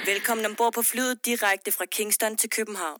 Velkommen ombord på flyet direkte fra Kingston til København.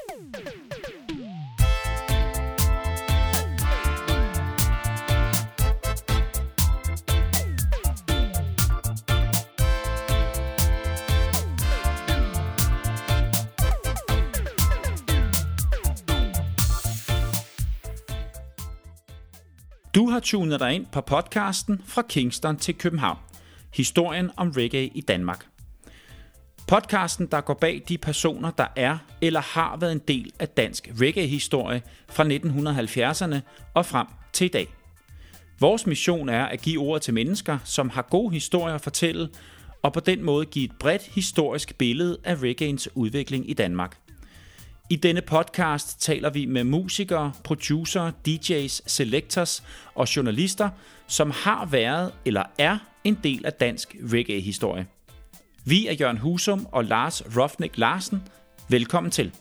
Du har tunet dig ind på podcasten Fra Kingston til København. Historien om reggae i Danmark. Podcasten, der går bag de personer, der er eller har været en del af dansk reggae-historie fra 1970'erne og frem til i dag. Vores mission er at give ordet til mennesker, som har gode historier at fortælle, og på den måde give et bredt historisk billede af reggaeens udvikling i Danmark. I denne podcast taler vi med musikere, producer, DJ's, selectors og journalister, som har været eller er en del af dansk reggae-historie. Vi er Jørgen Husum og Lars Roughneck Larsen. Velkommen til.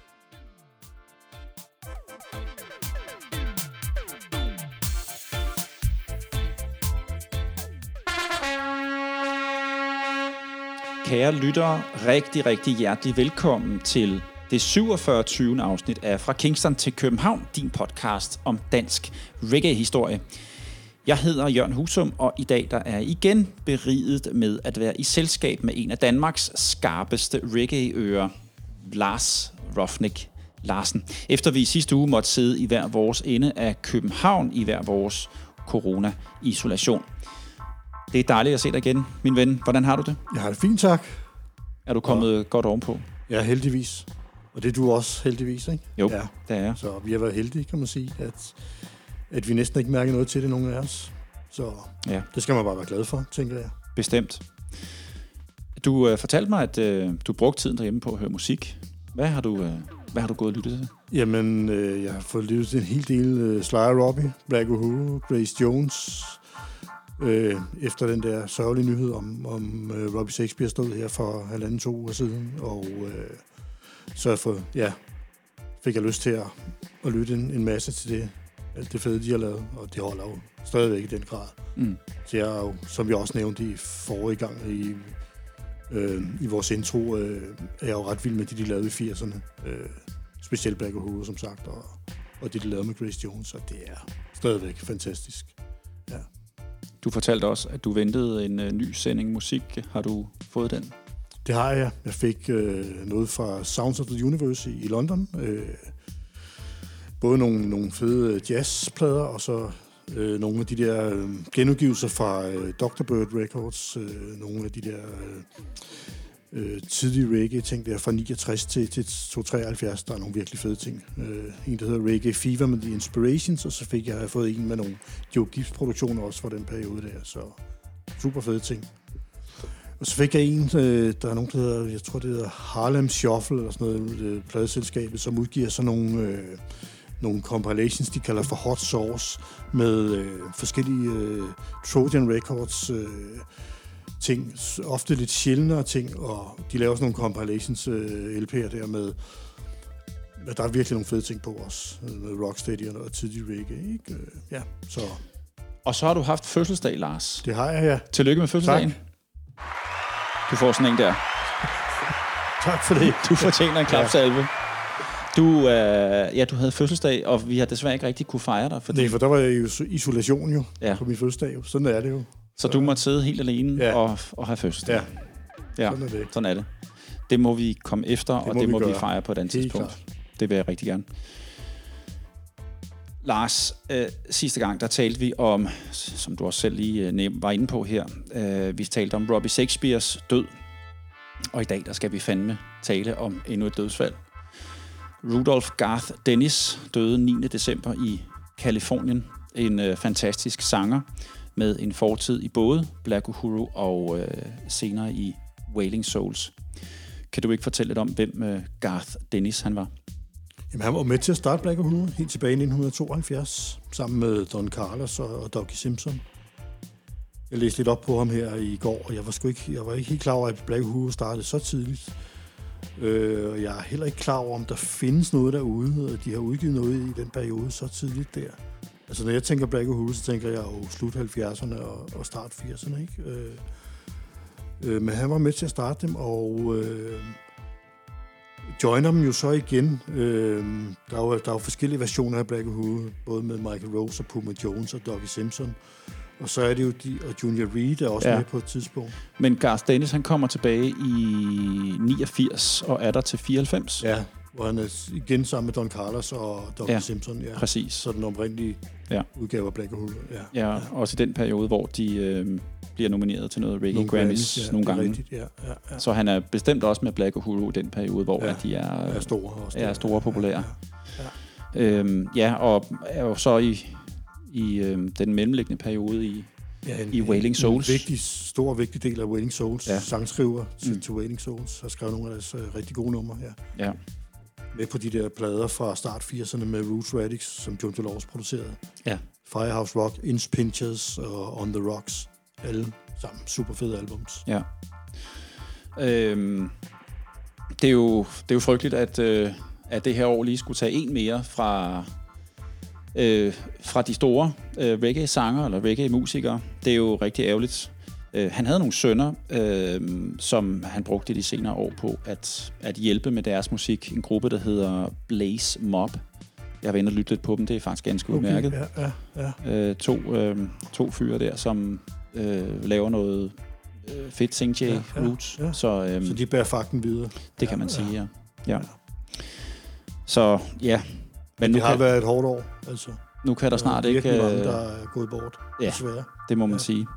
Kære lyttere, rigtig hjertelig velkommen til det 47. afsnit af Fra Kingston til København, din podcast om dansk reggae-historie. Jeg hedder Jørgen Husum, og i dag der er jeg igen beriget med at være i selskab med en af Danmarks skarpeste reggae-ører, Lars Roughneck Larsen. Efter vi i sidste uge måtte sidde i hver vores ende af København i hver vores corona-isolation. Det er dejligt at se dig igen, min ven. Hvordan har du det? Jeg har det fint, tak. Er du kommet godt ovenpå? Ja, heldigvis. Og det er du også heldigvis, ikke? Jo, ja. Det er jeg. Så vi har været heldige, kan man sige, at vi næsten ikke mærker noget til det, nogen af os. Så ja. Det skal man bare være glad for, tænker jeg. Bestemt. Du fortalte mig, at du brugte tiden derhjemme på at høre musik. Hvad har du gået og lyttet til? Jamen, jeg har fået lyttet til en hel del Sly & Robbie, Black Uhuru, Grace Jones. Efter den der sørgelige nyhed om Robbie Shakespeare stod her for 1,5-2 uger siden. Og så fik jeg lyst til at lytte en masse til det. Alt det fede, de har lavet, og det holder jo stadigvæk i den grad. Mm. Så jeg er jo, som jeg også nævnte i forrige gang i vores intro, er jeg jo ret vild med de lavede i 80'erne. Specielt Black Uhuru, som sagt, og de lavede med Grace Jones, og det er stadigvæk fantastisk. Ja. Du fortalte også, at du ventede en ny sending musik. Har du fået den? Det har jeg. Jeg fik noget fra Sounds of the Universe i London. Både nogle fede jazzplader, og så nogle af de der genudgivelser fra Dr. Bird Records. Nogle af de der tidlige reggae-ting der fra 69 til 273. Der er nogle virkelig fede ting. En, der hedder Reggae Fever med The Inspirations, og så fik jeg fået en med nogle Joe Gibbs-produktioner også fra den periode der. Så super fede ting. Og så fik jeg en, der er nogen, der hedder, jeg tror det hedder Harlem Shuffle, eller sådan noget, pladeselskabet, som udgiver sådan nogle compilations, de kalder for Hot Sauce, med forskellige Trojan Records ting, ofte lidt sjældnere ting, og de laver sådan nogle compilations LP'er der med, der er virkelig nogle fede ting på os, med Rocksteady og tidlig reggae, ikke? Ja, så. Og så har du haft fødselsdag, Lars. Det har jeg, ja. Tillykke med fødselsdagen. Tak. Du får sådan en der. Tak for det. Du fortjener en klapsalve. Ja. Du havde fødselsdag, og vi har desværre ikke rigtig kunne fejre dig. Nej, for der var jeg jo isolation jo, på min fødselsdag. Jo. Sådan er det jo. Så du måtte sidde helt alene og have fødselsdag. Ja, sådan er det. Det må vi komme efter, og det må vi fejre på et andet tidspunkt. Klar. Det vil jeg rigtig gerne. Lars, sidste gang, der talte vi om, som du også selv lige var inde på her, vi talte om Robbie Shakespeares død, og i dag, der skal vi fandme tale om endnu et dødsfald. Rudolph Garth Dennis døde 9. december i Californien, en fantastisk sanger med en fortid i både Black Uhuru og senere i Wailing Souls. Kan du ikke fortælle lidt om, hvem Garth Dennis han var? Jamen, han var med til at starte Black Uhuru helt tilbage i 1972, sammen med Don Carlos og Dougie Simpson. Jeg læste lidt op på ham her i går, og jeg var ikke helt klar over, at Black Uhuru startede så tidligt. Og jeg er heller ikke klar over, om der findes noget derude, og de har udgivet noget i den periode så tidligt der. Altså, når jeg tænker Black Uhuru, så tænker jeg jo slut 70'erne og start 80'erne, ikke? Men han var med til at starte dem, og joiner dem jo så igen. Der er jo forskellige versioner af Black Uhuru, både med Michael Rose og Puma Jones og Dougie Simpson. Og så er det jo og Junior Reid er også med på et tidspunkt. Men Garth Dennis, han kommer tilbage i 89 og er der til 94. Ja, hvor han er igen sammen med Don Carlos og Dougie Simpson. Ja. Præcis. Så den oprindelige udgave af Black Uhuru. Ja, også i den periode, hvor de bliver nomineret til noget Reggae Grammys nogle gange. Rigtigt, ja. Så han er bestemt også med Black Uhuru i den periode, hvor at de er store og populære. Og er jo så i den mellemliggende periode i Wailing Souls. En stor og vigtig del af Wailing Souls. Sangskriver til Wailing Souls har skrevet nogle af deres rigtig gode numre her. Ja. Med på de der plader fra start 80'erne med Roots Radics, som John Dolores producerede. Ja. Firehouse Rock, Inch Pinchers og On The Rocks. Alle sammen super fede albums. Ja. Det er jo frygteligt, at det her år lige skulle tage en mere fra de store reggae-sanger eller reggae-musikere. Det er jo rigtig ærgerligt. Han havde nogle sønner, som han brugte de senere år på at hjælpe med deres musik. En gruppe, der hedder Blaze Mob. Jeg har været inde og lytte lidt på dem. Det er faktisk ganske udmærket. Ja. To fyre der, som laver noget fedt Sing-J roots. Ja. Så de bærer fakten videre. Det kan man sige, ja. Så ja. Men det har været et hårdt år, altså. Nu kan der snart ikke... Der mange, der er gået bort, desværre. Det må man sige.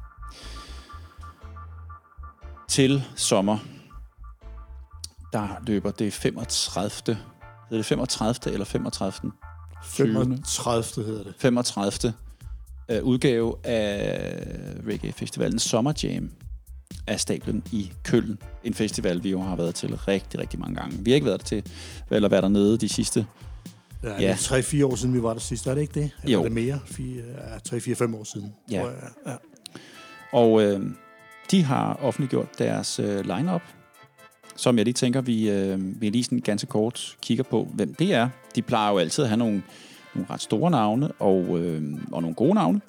Til sommer, der løber det 35. Hedder det 35. eller 35. 35 hedder det. 35. Udgave af Reggae-festivalen Summer Jam af stablen i Køln. En festival, vi jo har været til rigtig, rigtig mange gange. Vi har ikke været der til, eller været dernede de sidste... Ja, 3-4 år siden, vi var der sidst. Er det ikke det? Eller jo. Er det mere? 3-4-5 år siden. Ja. Og de har offentliggjort deres line-up, som jeg lige tænker, vi lige sådan ganske kort kigger på, hvem det er. De plejer jo altid at have nogle ret store navne og nogle gode navne.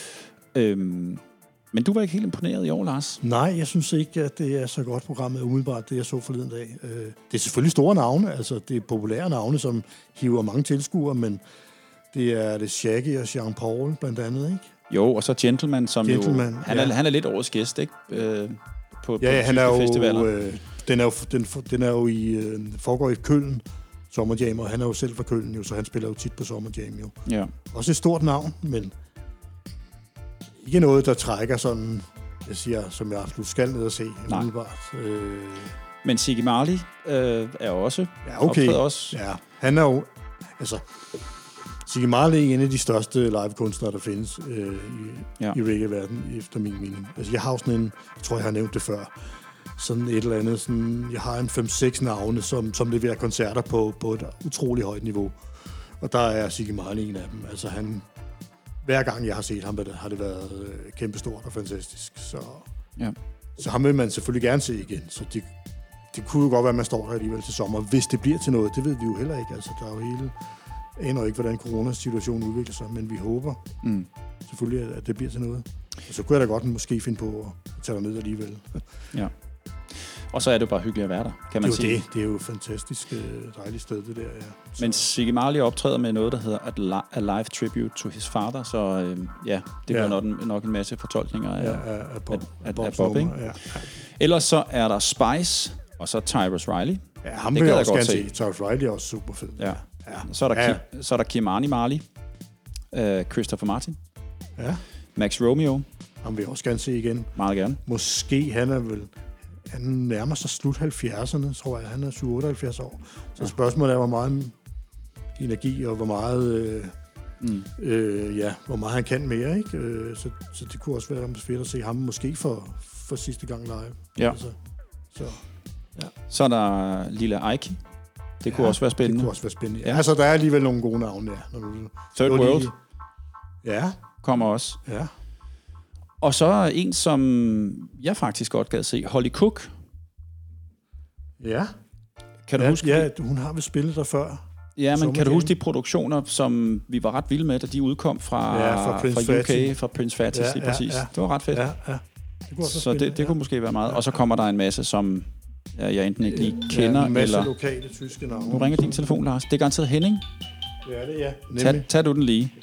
Men du var ikke helt imponeret i år, Lars? Nej, jeg synes ikke, at det er så godt programmet umiddelbart, det jeg så forleden dag. Det er selvfølgelig store navne, altså det er populære navne, som hiver mange tilskuere, men det er Shaggy og Jean Paul blandt andet, ikke? Jo, og så Gentleman, som han er lidt årets gæst, ikke? På han er jo, festivaler. Den er jo foregår i Køln, Summer Jam, og han er jo selv fra Køln, jo, så han spiller jo tit på Summer Jam, jo. Ja. Også et stort navn, men ikke noget, der trækker sådan, jeg siger, som jeg absolut skal ned og se. Men Ziggy Marley er også optræder også. Ja, han er jo, altså, Ziggy Marley er en af de største live-kunstnere, der findes i reggae-verden, efter min mening. Altså, jeg har sådan en, jeg tror, jeg har nævnt det før, sådan et eller andet, sådan, jeg har en 5-6 navne, som leverer koncerter på et utroligt højt niveau. Og der er Ziggy Marley en af dem. Altså, hver gang jeg har set ham, har det været kæmpestort og fantastisk. Så ham vil man selvfølgelig gerne se igen. Så det kunne jo godt være, at man står der alligevel til sommer. Hvis det bliver til noget, det ved vi jo heller ikke. Altså, der er jo aner ikke, hvordan coronasituationen udvikler sig, men vi håber selvfølgelig, at det bliver til noget. Og så kunne jeg da godt måske finde på at tage dig ned alligevel. Ja. Og så er det bare hyggeligt at være der, kan man sige. Det er jo et fantastisk dejligt sted, det der, ja. Men Ziggy Marley optræder med noget, der hedder A Live Tribute to His Father, så det bliver nok en masse fortolkninger af Bob, ikke? Ja. Ellers så er der Spice, og så Tyrus Riley. Ja, ham vil jeg også gerne se. Tyrus Riley er også super fed. Ja. Så er der Kimani Marley, Christopher Martin, Max Romeo. Ham vil jeg også gerne se igen. Meget gerne. Måske han nærmer sig slut 70'erne, tror jeg. Han er 78 år. Så spørgsmålet er, hvor meget energi og hvor meget, hvor meget han kan mere, ikke? Så det kunne også være fedt at se ham måske for sidste gang live. Ja. Altså, så er der Lille Aiki. Det kunne også være spændende. Det kunne også være spændende. Ja. Altså, der er alligevel nogle gode navne der. Third World. Ja. Kommer også. Ja. Og så en, som jeg faktisk godt gad se, Holly Cook. Ja. Kan du huske? Ja, hun har vel spillet der før. Ja, men kan du huske de produktioner, som vi var ret vilde med, da de udkom fra UK, fra Prince Fatty, lige præcis. Ja. Det var ret fedt. Ja. Så det kunne måske være meget. Og så kommer der en masse, som jeg enten ikke lige kender. Ja, en masse eller lokale tyske navne. Nu ringer din telefon, Lars. Det er garanteret Henning. Det er det, ja. Tag du den lige.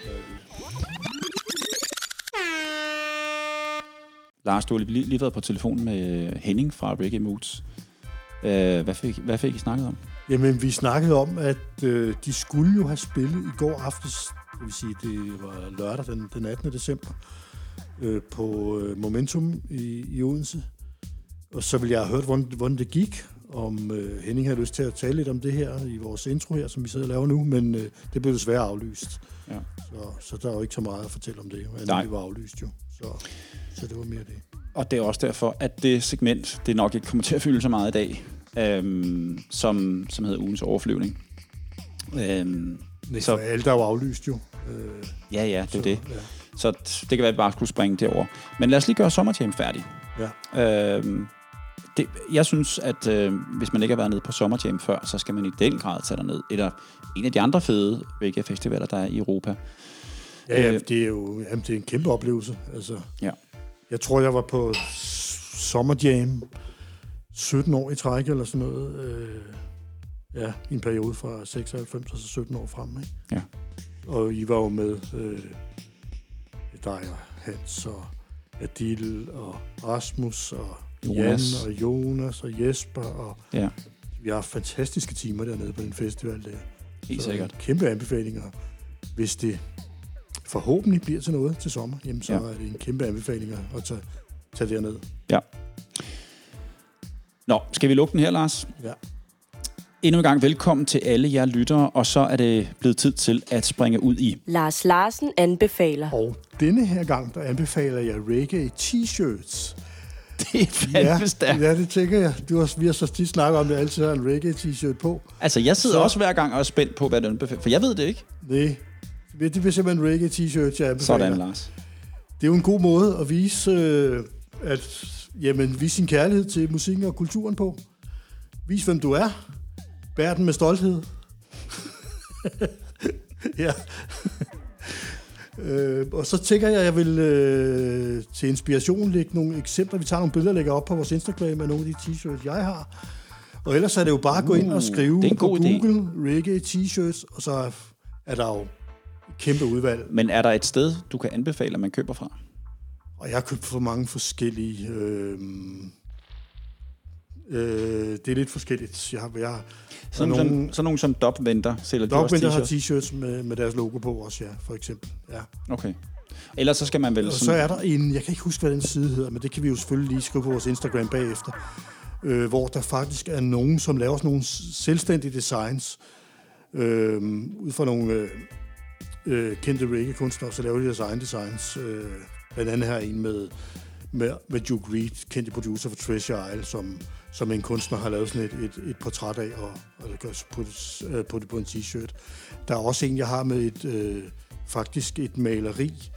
Lars, du har lige været på telefon med Henning fra Reggae Moods. Hvad fik I snakket om? Jamen, vi snakkede om, at de skulle jo have spillet i går aftes, det vil sige, det var lørdag den 18. december, på Momentum i Odense. Og så ville jeg have hørt, hvordan det gik, om Henning havde lyst til at tale lidt om det her i vores intro her, som vi sidder og laver nu, men det blev desværre aflyst. Ja. Så der er jo ikke så meget at fortælle om det, men det var aflyst jo. Så det var mere det. Og det er også derfor, at det segment, det nok ikke kommer til at fylde så meget i dag, som hedder ugens overflyvning. Så alt er jo aflyst jo. Ja, det er det. Ja. Så det kan være, at vi bare skulle springe derover. Men lad os lige gøre Sommerjam færdig. Ja. Jeg synes, at hvis man ikke har været nede på Sommerjam før, så skal man i den grad tage derned. Eller en af de andre fede reggae-festivaler, der er i Europa. Ja, det er jo det er en kæmpe oplevelse. Altså, ja. Jeg tror, jeg var på Sommerjam 17 år i træk eller sådan noget. I en periode fra 96 til 17 år frem. Ikke? Ja. Og I var jo med dig og Hans og Adil og Rasmus og Jan og Jonas og Jesper. Og vi har haft fantastiske timer dernede på den festival der. Helt sikkert. Kæmpe anbefalinger. Hvis det forhåbentlig bliver til noget til sommer, jamen så er det en kæmpe anbefaling at tage derned. Ja. Nå, skal vi lukke den her, Lars? Ja. Endnu en gang velkommen til alle jer lyttere, og så er det blevet tid til at springe ud i Lars Larsen anbefaler. Og denne her gang, der anbefaler jeg reggae t-shirts. Det er fandme stærkt. Ja, det tænker jeg. Vi har så tit snakket om, at jeg altid har en reggae t-shirt på. Altså, jeg sidder også hver gang og er spændt på, hvad den anbefaler, for jeg ved det ikke. Nej, det er simpelthen en reggae t-shirt, jeg anbefaler. Sådan, Lars. Det er jo en god måde at vise, vise sin kærlighed til musikken og kulturen på. Vis, hvem du er. Bær den med stolthed. Ja. Og så tænker jeg, at jeg vil til inspiration lægge nogle eksempler. Vi tager nogle billeder og lægger op på vores Instagram af nogle af de t-shirts, jeg har. Og ellers er det jo bare at gå ind og skrive på Google reggae t-shirts, og så er der jo et kæmpe udvalg. Men er der et sted, du kan anbefale, at man køber fra? Og jeg har købt for mange forskellige... det er lidt forskelligt. Jeg har sådan nogle som Dubventer sælger de også t-shirts? Dubventer har t-shirts med deres logo på også, ja, for eksempel. Ja. Okay. Ellers så skal man vel... Og så er der en, jeg kan ikke huske, hvad den side hedder, men det kan vi jo selvfølgelig lige skrive på vores Instagram bagefter, hvor der faktisk er nogen, som laver sådan nogle selvstændige designs, ud fra nogle kendte reggae-kunstnere, så laver de deres egen designs. Blandt andet her en med Duke Reed, kendte producer for Treasure Isle, som en kunstner har lavet sådan et portræt af og putte på en t-shirt. Der er også en, jeg har med faktisk et maleri,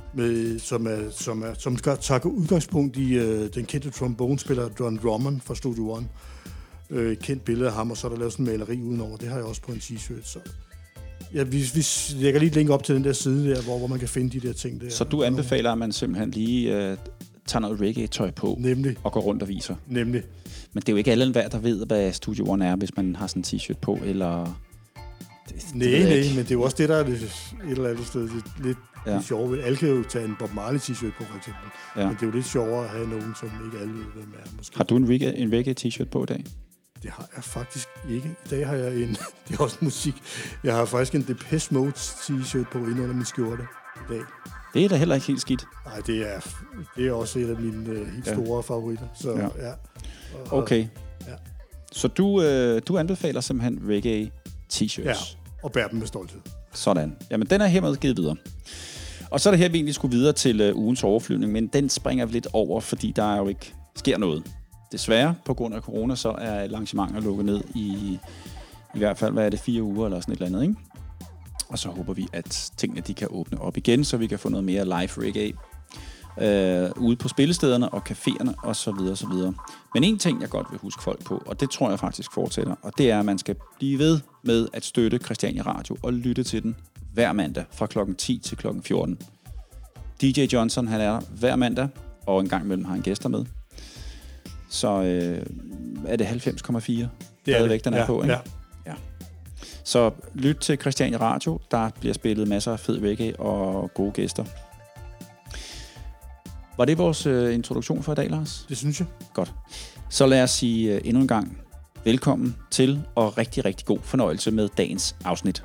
som tager udgangspunkt i den kendte trombonespiller Don Drummond fra Studio One. Et kendt billede af ham, og så er der lavet sådan en maleri udenover. Det har jeg også på en t-shirt. Så ja, vi lægger lige et link op til den der side der, hvor man kan finde de der ting der. Så du anbefaler, at man simpelthen lige tager noget reggae-tøj på og går rundt og viser? Nemlig. Men det er jo ikke alle enhver, der ved, hvad Studio One er, hvis man har sådan en t-shirt på, eller... Nej, men det er jo også det, der er et eller andet sted lidt sjovt ved. Alle kan jo tage en Bob Marley t-shirt på, for eksempel. Ja. Men det er jo lidt sjovere at have nogen, som ikke alle ved, hvem er. Måske. Har du en reggae t-shirt på i dag? Det har jeg faktisk ikke. I dag har jeg det er også musik. Jeg har faktisk en Depeche Mode t-shirt på inde under min skjorte i dag. Det er da heller ikke helt skidt. Nej, det er også et af mine helt store favoritter. Så ja. Okay. Ja. Så du anbefaler simpelthen reggae t-shirts? Ja, og bær dem med stolthed. Sådan. Jamen, den er hermed givet videre. Og så er det her, vi egentlig skulle videre til ugens overflyvning, men den springer vi lidt over, fordi der jo ikke sker noget. Desværre, på grund af corona, så er arrangementer lukket ned i hvert fald, hvad er det, 4 uger eller sådan et eller andet, ikke? Og så håber vi, at tingene de kan åbne op igen, så vi kan få noget mere live reggae ude på spillestederne og caféerne og så videre, så videre. Men en ting, jeg godt vil huske folk på, og det tror jeg faktisk fortsætter, og det er, at man skal blive ved med at støtte Christiania Radio og lytte til den hver mandag fra klokken 10 til klokken 14. DJ Johnson, han er hver mandag og en gang imellem har han gæster med. Så er det 90,4 stadigvæk, den er på, ikke? Ja. Så lyt til Christiania Radio. Der bliver spillet masser af fed reggae og gode gæster. Var det vores introduktion for i dag, Lars? Det synes jeg. Godt. Så lad os sige endnu en gang velkommen til, og rigtig, rigtig god fornøjelse med dagens afsnit.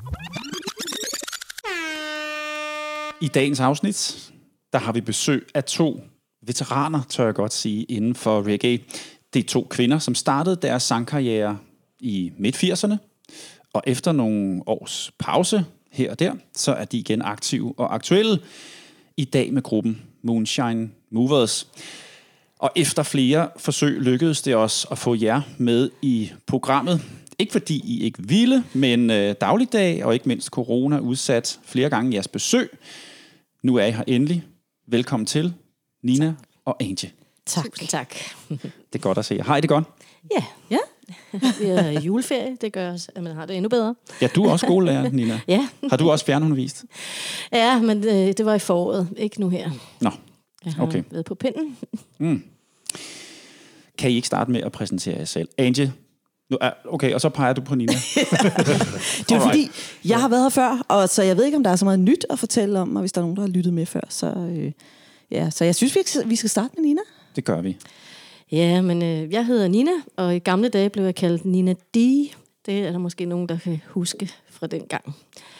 I dagens afsnit, der har vi besøg af 2 veteraner, tør jeg godt sige, inden for reggae. Det er 2 kvinder, som startede deres sangkarriere i midt-80'erne, og efter nogle års pause her og der, så er de igen aktive og aktuelle i dag med gruppen Moonshine Movers. Og efter flere forsøg lykkedes det os at få jer med i programmet. Ikke fordi I ikke ville, men dagligdag og ikke mindst corona udsat flere gange jeres besøg. Nu er I her endelig. Velkommen til, Nina og Angie. Tak. Det er godt at se jer. Har I det godt? Ja. Vi er i juleferie. Det gør os, at man har det endnu bedre. Ja, du er også skolelærer, Nina. Ja. Har du også fjernundervist? Ja, men det var i foråret. Ikke nu her. Nå, Jeg har været på pinden. Kan I ikke starte med at præsentere jer selv? Angie, okay, og så peger du på Nina. Det er fordi, jeg har været her før, og så jeg ved ikke, om der er så meget nyt at fortælle om, og hvis der er nogen, der har lyttet med før. Så jeg synes, vi skal starte med Nina. Det gør vi. Ja, men jeg hedder Nina, og i gamle dage blev jeg kaldt Nina D. Det er der måske nogen, der kan huske fra den gang.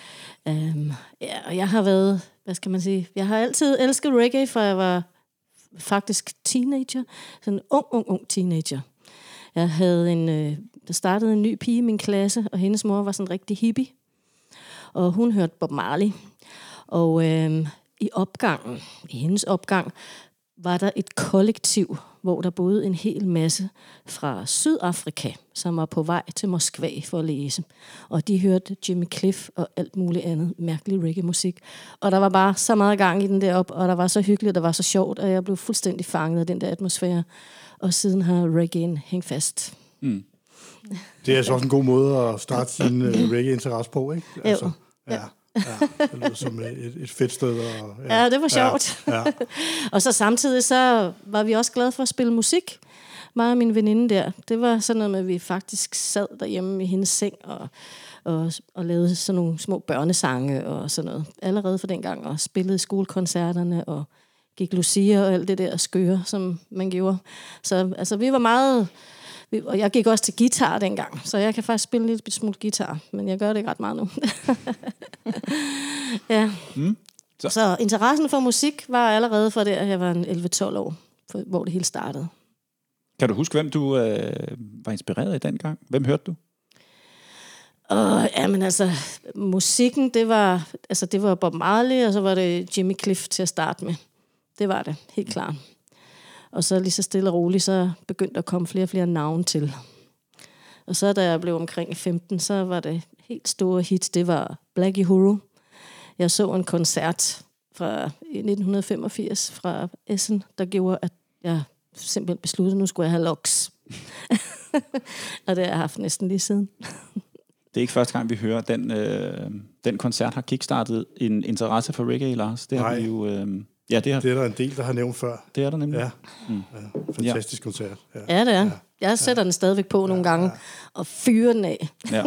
Og jeg har været, hvad skal man sige, jeg har altid elsket reggae, fra jeg var faktisk teenager. Sådan en ung teenager. Jeg havde der startede en ny pige i min klasse, og hendes mor var sådan en rigtig hippie. Og hun hørte Bob Marley. Og i hendes opgang, var der et kollektiv, hvor der boede en hel masse fra Sydafrika, som var på vej til Moskva for at læse. Og de hørte Jimmy Cliff og alt muligt andet mærkelig reggae-musik. Og der var bare så meget gang i den deroppe, og der var så hyggeligt, og der var så sjovt, at jeg blev fuldstændig fanget af den der atmosfære. Og siden har reggaen hængt fast. Mm. Det er altså også en god måde at starte sin reggae-interesse på, ikke? Altså, ja, det lyder som et fedt sted. Ja, det var sjovt. Ja. Og så samtidig så var vi også glade for at spille musik. Mig og min veninde der. Det var sådan noget med, at vi faktisk sad derhjemme i hendes seng og lavede sådan nogle små børnesange og sådan noget. Allerede for dengang, og spillede skolekoncerterne og gik Lucia og alt det der skøre, som man gjorde. Så altså, vi var meget... Og jeg gik også til guitar dengang, så jeg kan faktisk spille en lille smule guitar, men jeg gør det ikke ret meget nu. Ja. Så interessen for musik var allerede fra der, jeg var 11-12 år, hvor det hele startede. Kan du huske, hvem du var inspireret af dengang? Hvem hørte du? Jamen altså, musikken, det var Bob Marley, og så var det Jimmy Cliff til at starte med. Det var det, helt klart. Og så lige så stille og roligt, så begyndte der at komme flere og flere navne til. Og så da jeg blev omkring 15, så var det helt store hit, det var Black Uhuru. Jeg så en koncert fra 1985 fra Essen, der gjorde, at jeg simpelthen besluttede, at nu skulle jeg have locks. Og det har jeg haft næsten lige siden. Det er ikke første gang, vi hører, den koncert har kickstartet en interesse for reggae, Lars. Det har vi jo... det er der en del, der har nævnt før. Det er der nemlig. Ja. Fantastisk koncert. Ja, det er. Ja. Jeg sætter den stadigvæk på nogle gange og fyrer den af. Ja.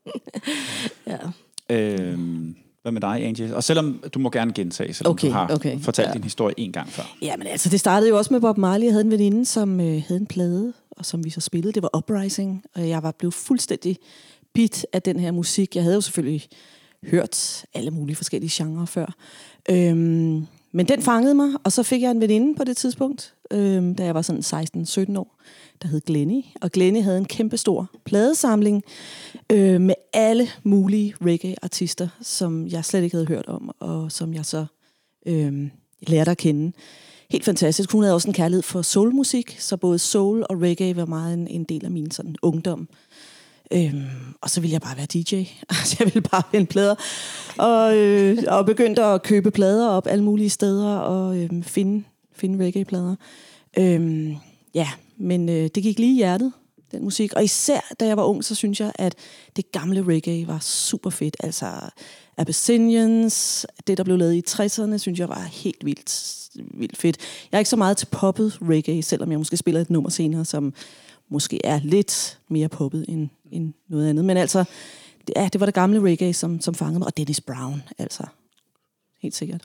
Hvad med dig, Angie? Og selvom du må gerne gentage, selvom du har fortalt din historie en gang før. Ja, men altså, det startede jo også med Bob Marley. Jeg havde en veninde, som havde en plade, og som vi så spillede. Det var Uprising, og jeg var blevet fuldstændig bit af den her musik. Jeg havde jo selvfølgelig hørt alle mulige forskellige genrer før. Men den fangede mig, og så fik jeg en veninde på det tidspunkt, da jeg var sådan 16-17 år, der hed Glenny. Og Glenny havde en kæmpestor pladesamling med alle mulige reggae-artister, som jeg slet ikke havde hørt om, og som jeg så lærte at kende. Helt fantastisk. Hun havde også en kærlighed for soulmusik, så både soul og reggae var meget en del af min sådan ungdom. Og så ville jeg bare være DJ. Altså, jeg ville bare vende plader. Og begyndte at købe plader op alle mulige steder og finde reggae-plader. Men det gik lige i hjertet. den musik. Og især da jeg var ung, så synes jeg, at det gamle reggae var super fedt. Altså Abyssinians, det der blev lavet i 60'erne, synes jeg var helt vildt fedt. Jeg er ikke så meget til poppet reggae, selvom jeg måske spiller et nummer senere, som måske er lidt mere poppet end noget andet. Men altså, det var det gamle reggae, som fangede mig. Og Dennis Brown, altså. Helt sikkert.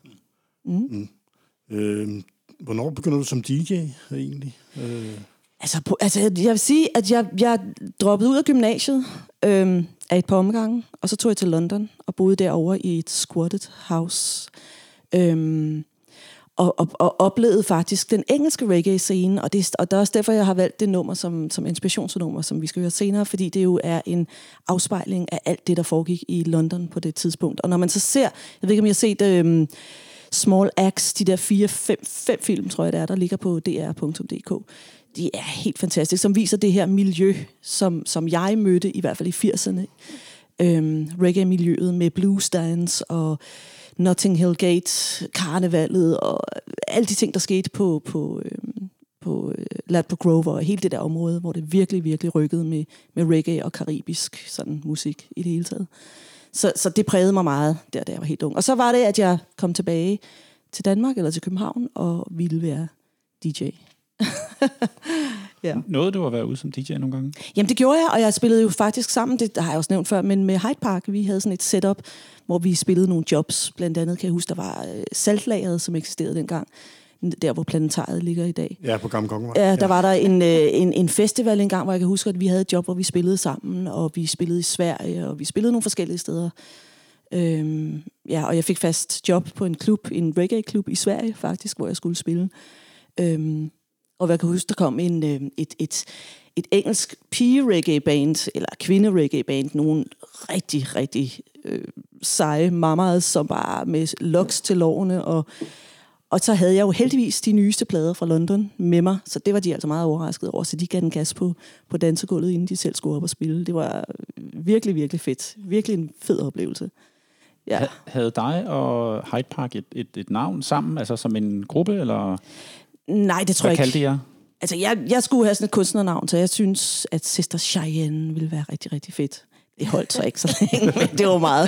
Hvornår begynder du som DJ egentlig? Altså, jeg vil sige, at jeg droppede ud af gymnasiet af et par omgange, og så tog jeg til London og boede derovre i et squatted house. Og oplevede faktisk den engelske reggae-scene, og det er også derfor, jeg har valgt det nummer som inspirationsnummer, som vi skal høre senere, fordi det jo er en afspejling af alt det, der foregik i London på det tidspunkt. Og når man så ser, jeg ved ikke, om I har set Small Axe, de der 5 film, tror jeg det er, der ligger på dr.dk, de er helt fantastiske, som viser det her miljø, som jeg mødte, i hvert fald i 80'erne. Reggae-miljøet med blues dance og Notting Hill Gate, karnevalet og alle de ting, der skete på Ladbroke Grove og hele det der område, hvor det virkelig rykkede med reggae og karibisk sådan musik i det hele taget. Så det prægede mig meget, da jeg var helt ung. Og så var det, at jeg kom tilbage til Danmark eller til København og ville være DJ. Ja. Nåede du at være ude som DJ nogle gange? Jamen det gjorde jeg, og jeg spillede jo faktisk sammen, det har jeg også nævnt før, men med Hyde Park, vi havde sådan et setup, hvor vi spillede nogle jobs. Blandt andet kan jeg huske, der var saltlageret, som eksisterede dengang, der hvor planetariet ligger i dag. Ja, på Gamle Kongevej. Ja, der var der en festival engang, hvor jeg kan huske, at vi havde et job, hvor vi spillede sammen, og vi spillede i Sverige, og vi spillede nogle forskellige steder. Og jeg fik fast job på en reggae-klub i Sverige faktisk, hvor jeg skulle spille. Og jeg kan huske, der kom et engelsk pige-reggae-band, eller kvinde-reggae-band, nogle rigtig seje mammaer, som bare med loks til lårene, og så havde jeg jo heldigvis de nyeste plader fra London med mig, så det var de altså meget overrasket over, så de gav den gas på dansegulvet, inden de selv skulle op og spille. Det var virkelig fedt. Virkelig en fed oplevelse. Ja. Havde dig og Hyde Park et navn sammen, altså som en gruppe, eller? Nej, det tror jeg ikke. Hvad kaldte jer? Altså, jeg skulle have sådan et kunstnernavn, så jeg synes, at Sister Cheyenne ville være rigtig fedt. Det holdt så ikke så længe, men det var meget.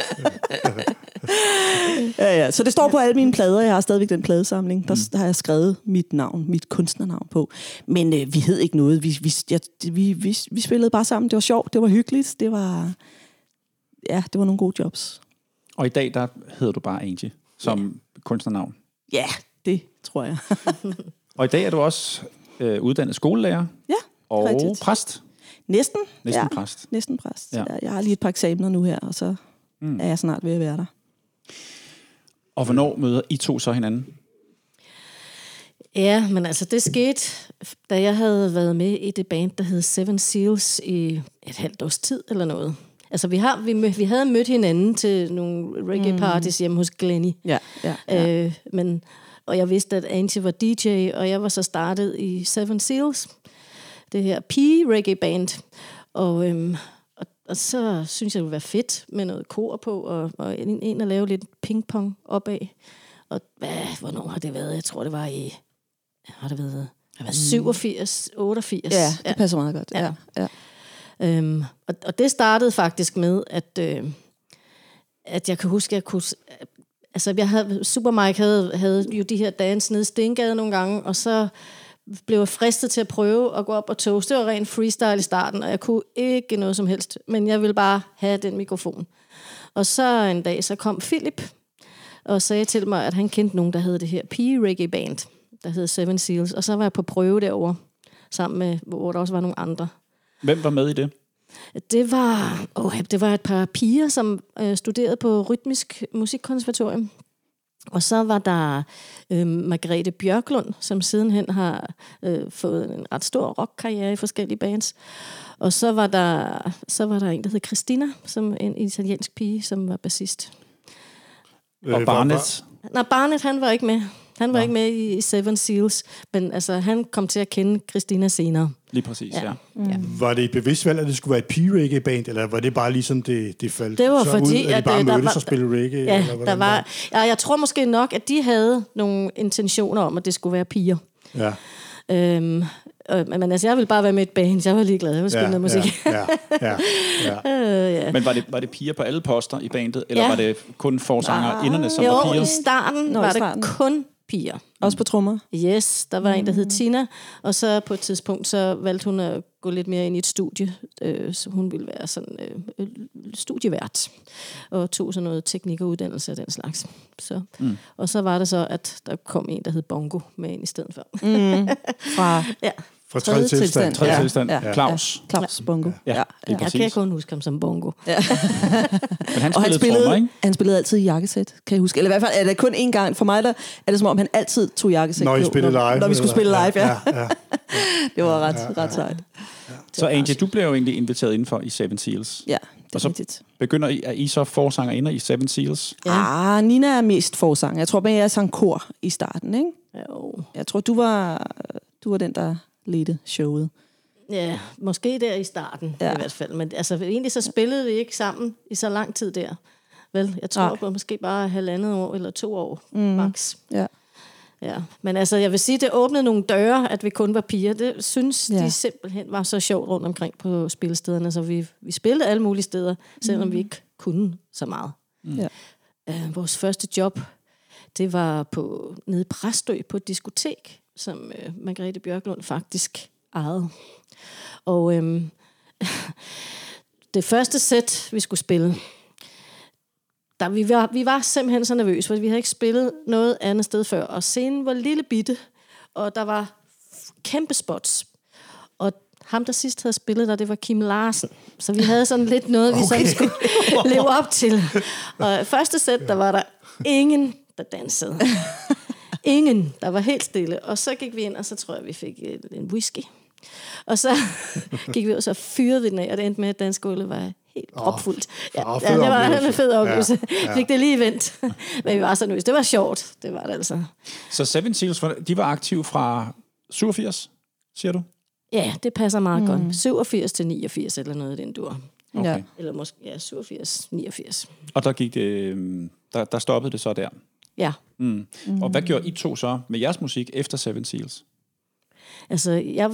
Ja. Så det står på alle mine plader. Jeg har stadigvæk den pladesamling. Der har jeg skrevet mit kunstnernavn på. Men vi hed ikke noget. Vi spillede bare sammen. Det var sjovt. Det var hyggeligt. Det var nogle gode jobs. Og i dag, der hedder du bare Angie som kunstnernavn? Ja, det tror jeg. Og i dag er du også uddannet skolelærer? Ja, og rigtigt. Præst? Næsten Præst. Næsten præst. Ja. Jeg har lige et par eksamener nu her, og så er jeg snart ved at være der. Og hvornår møder I to så hinanden? Ja, men altså det skete, da jeg havde været med i det band, der hed Seven Seals i et halvt års tid eller noget. Altså vi havde mødt hinanden til nogle reggae parties hjemme hos Glenny. Ja. Og jeg vidste, at Angie var DJ, og jeg var så startet i Seven Seals, det her pige-reggae-band. Og så synes jeg, det ville være fedt med noget kor på, og en at lave lidt ping-pong opad. Og hvornår har det været? Jeg tror, det var i... Har det været 87, 88? Ja, det passer meget godt. Ja. Og det startede faktisk med, at jeg kan huske, at jeg kunne... Altså, Supermike havde jo de her dance nede i Stengade nogle gange, og så blev jeg fristet til at prøve at gå op og toast. Det var rent freestyle i starten, og jeg kunne ikke noget som helst, men jeg ville bare have den mikrofon. Og så en dag, så kom Philip og sagde til mig, at han kendte nogen, der hed det her P-Reggae-band, der hed Seven Seals, og så var jeg på prøve derovre, sammen med, hvor der også var nogle andre. Hvem var med i det? Det var et par piger, som studerede på Rytmisk Musikkonservatorium. Og så var der Margrethe Bjørklund, som sidenhen har fået en ret stor rockkarriere i forskellige bands. Og så var der en, der hed Christina, som en italiensk pige, som var bassist. Og Barnett? Nej, Barnett, han var ikke med. Han var ikke med i Seven Seals, men altså, han kom til at kende Christina senere. Lige præcis, ja. Var det et bevidst valg, at det skulle være et pige-reggae-band, eller var det bare ligesom det faldt det var så fordi, ud, at de bare mødtes og spillede reggae? Ja, eller der var. Jeg tror måske nok, at de havde nogle intentioner om, at det skulle være piger. Ja. Men altså, jeg ville bare være med i et band. Jeg var ligeglad. Jeg ville spille noget musik. Ja. Men var det piger på alle poster i bandet, eller var det kun forsangerne, som var piger? I starten var det kun piger. Også på trommer? Yes, der var en, der hed Tina, og så på et tidspunkt, så valgte hun at gå lidt mere ind i et studie, så hun ville være sådan studievært, og tog sådan noget teknik og uddannelse af den slags. Så. Og så var det så, at der kom en, der hed Bongo, med ind i stedet for. Fra tredje tilstand. Tredje tilstand. Ja. Claus. Ja. Claus Bongo. Ja. Jeg kan kun huske ham som Bongo. Ja. Men han spillede trommer, ikke? Han spillede altid i jakkesæt, kan jeg huske. Eller i hvert fald er det kun én gang. For mig der er det som om, han altid tog jakkesæt på. Når vi skulle spille live, ja. Det var ret sejt. Så Angie, du blev jo egentlig inviteret indenfor i Seven Seals. Ja, det og så rigtigt. Begynder I så forsangerinder i Seven Seals? Ja. Nina er mest forsang. Jeg tror bare, jeg sang kor i starten, ikke? Jo. Jeg tror, du var den, der ledte showet. Ja, måske der i starten i hvert fald. Men altså, egentlig så spillede vi ikke sammen i så lang tid der. Vel, jeg tror på måske bare 1,5 år eller 2 år max. Ja. Men altså, jeg vil sige, det åbnede nogle døre, at vi kun var piger. Det synes de simpelthen var så sjovt rundt omkring på spillestederne. Så vi spillede alle mulige steder, selvom vi ikke kunne så meget. Vores første job, det var nede i Præstø på et diskotek, som Margrethe Bjørklund faktisk ejede. Og det første sæt, vi skulle spille, vi var simpelthen så nervøse, for vi havde ikke spillet noget andet sted før. Og scenen var lille bitte, og der var kæmpe spots. Og ham, der sidst havde spillet der, det var Kim Larsen. Så vi havde sådan lidt noget, vi sådan skulle leve op til. Og første sæt, der var der ingen, der dansede. Ingen, der var helt stille. Og så gik vi ind, og så tror jeg, vi fik en whisky. Og så gik vi ud, og så fyrede vi den af, og det endte med, at dansegulvet var helt propfuldt. Det var en fed oplevelse. Fik det lige vendt. Men vi var så nervøse. Det var sjovt. Det var det altså. Så Seven Seals, de var aktive fra 87, siger du? Ja, det passer meget godt. 87 til 89 eller noget i den dur. Okay. Eller måske 87, 89. Og der gik det, der stoppede det så der? Ja. Og hvad gjorde I to så med jeres musik efter Seven Seals? Altså,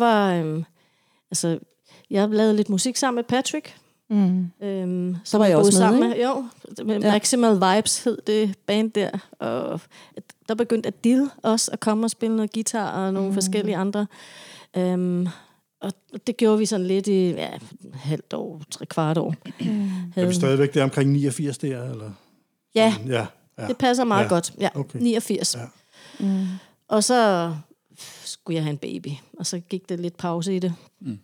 jeg lavede lidt musik sammen med Patrick. Så var jeg også sammen med, jo, Maximal Vibes hed det band der. Og der begyndte Adil også at komme og spille noget guitar og nogle forskellige andre. Og det gjorde vi sådan lidt i halvt år, 3/4 år. Er vi stadigvæk der omkring 89 der? Eller? Ja. Det passer meget godt. Ja, okay. 89. Ja. Og så skulle jeg have en baby, og så gik det lidt pause i det.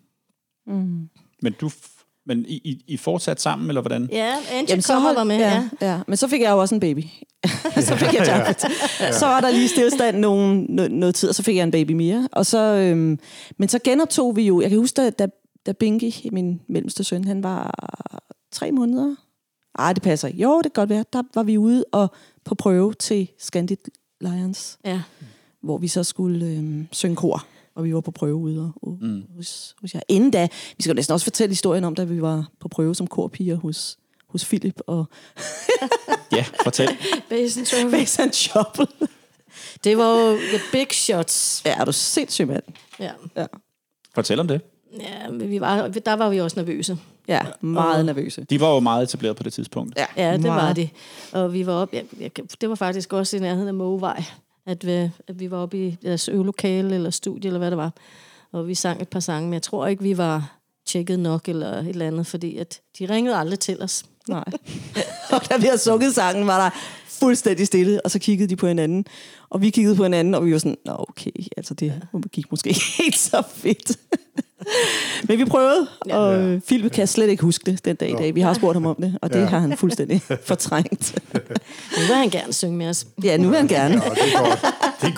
Men I fortsatte sammen, eller hvordan? Ja, Angie var med, ja. Men så fik jeg jo også en baby. Så fik jeg jobbet. Så var der lige stillestand noget tid, og så fik jeg en baby mere. Og så, men så genoptog vi jo, jeg kan huske, da Binky, min mellemste søn, han var 3 måneder. Det passer ikke. Jo, det kan godt være. Der var vi ude og på prøve til Scandit Lions, hvor vi så skulle synge kor. Og vi var på prøve ude hos jer. Inden da, vi skal næsten også fortælle historien om, da vi var på prøve som korpiger hos Philip. Og ja, fortæl. Bass and Trouble. Det var jo the big shots. Ja, er du sindssyg, mand. Ja. Fortæl om det. Ja, men der var vi også nervøse. Ja, meget nervøse. De var jo meget etableret på det tidspunkt. Ja, det var de. Og vi var oppe, det var faktisk også i nærheden af Mågevej, at vi var oppe i deres øvelokale eller studie, eller hvad det var. Og vi sang et par sange, men jeg tror ikke, vi var tjekket nok eller et eller andet, fordi at de ringede aldrig til os. Nej. Og da vi havde sunget sangen, var der fuldstændig stille, og så kiggede de på hinanden. Og vi kiggede på hinanden, og vi var sådan, okay, altså det gik måske ikke helt så fedt. Men vi prøvede, og Philip kan slet ikke huske det den dag i dag. Vi har spurgt ham om det, og det har han fuldstændig fortrængt. Nu vil han gerne synge med os. Ja, nu vil han gerne. Ja, det er godt. Det er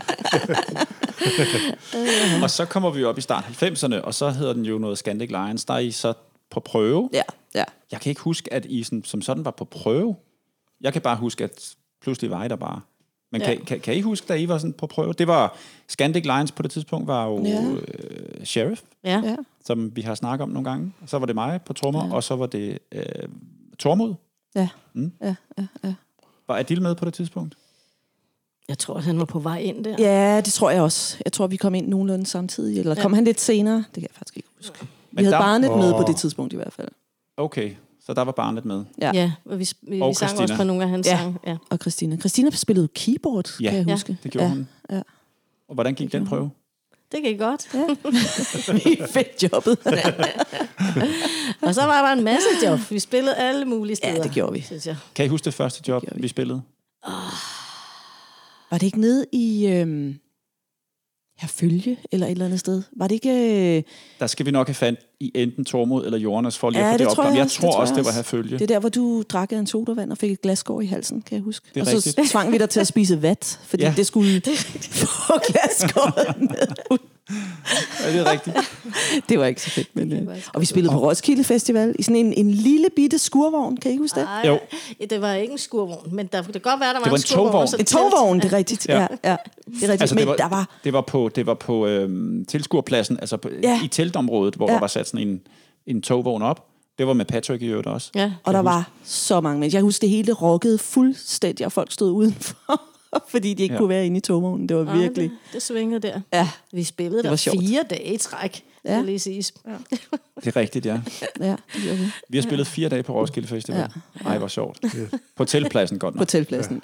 godt. Og så kommer vi op i start 90'erne, og så hedder den jo noget Scandic Lions. Der er I så på prøve. Ja. Jeg kan ikke huske, at I som sådan var på prøve. Jeg kan bare huske, at pludselig var I der bare. Men kan I huske, da I var sådan på prøve? Det var Scandic Lions på det tidspunkt, var jo Sheriff, som vi har snakket om nogle gange. Så var det mig på trommer, og så var det Tormod. Ja. Var Adil med på det tidspunkt? Jeg tror, at han var på vej ind der. Ja, det tror jeg også. Jeg tror, vi kom ind nogenlunde samtidig. Eller kom han lidt senere? Det kan jeg faktisk ikke huske. Vi havde Barnet med på det tidspunkt i hvert fald. Okay, så der var Barnet med. Ja, og vi sang Christina. også på nogle af hans sange. Ja. Og Christina. Christina spillede keyboard, kan jeg huske. Det gjorde hun. Ja. Og hvordan gik den prøve? Det gik godt. Ja. Vi fik jobbet. Og så var der en masse job. Vi spillede alle mulige steder. Ja, det gjorde vi. Synes jeg. Kan I huske det første job, vi spillede? Var det ikke nede i Herfølge eller et eller andet sted? Var det ikke... Der skal vi nok have fandt i enten Tormod eller Jonas for lige at få det det op. tror Jeg tror også, det var Herfølge. Det er der, hvor du drak en sodavand og fik et glasskår i halsen, kan jeg huske. Det er og så rigtigt. tvang vi dig til at spise vat, fordi det skulle få glasskåret med. Ja, det er rigtigt. Det var ikke så fedt. Men, og vi spillede på Roskilde Festival i sådan en lille bitte skurvogn, kan I huske det? Nej, Jo. Det var ikke en skurvogn, men det kan godt være, der var var en togvogn. En togvogn, det er rigtigt. Ja. Det er rigtigt. Altså, men det var på tilskuerpladsen, altså i teltområdet, hvor der var sat sådan en togvogn op. Det var med Patrick i øvrigt også. Ja. Og der var så mange mennesker. Jeg husker, det hele rockede fuldstændig, og folk stod udenfor, fordi de ikke kunne være inde i togvognen. Det var virkelig... Det svingede der. Ja. Vi spillede der 4 dage i træk, skal lige siges. Ja. Det er rigtigt, ja. Ja, det gjorde vi. Vi har spillet 4 dage på Roskilde Festival. Ej, hvor sjovt. På teltpladsen godt nok. På teltpladsen,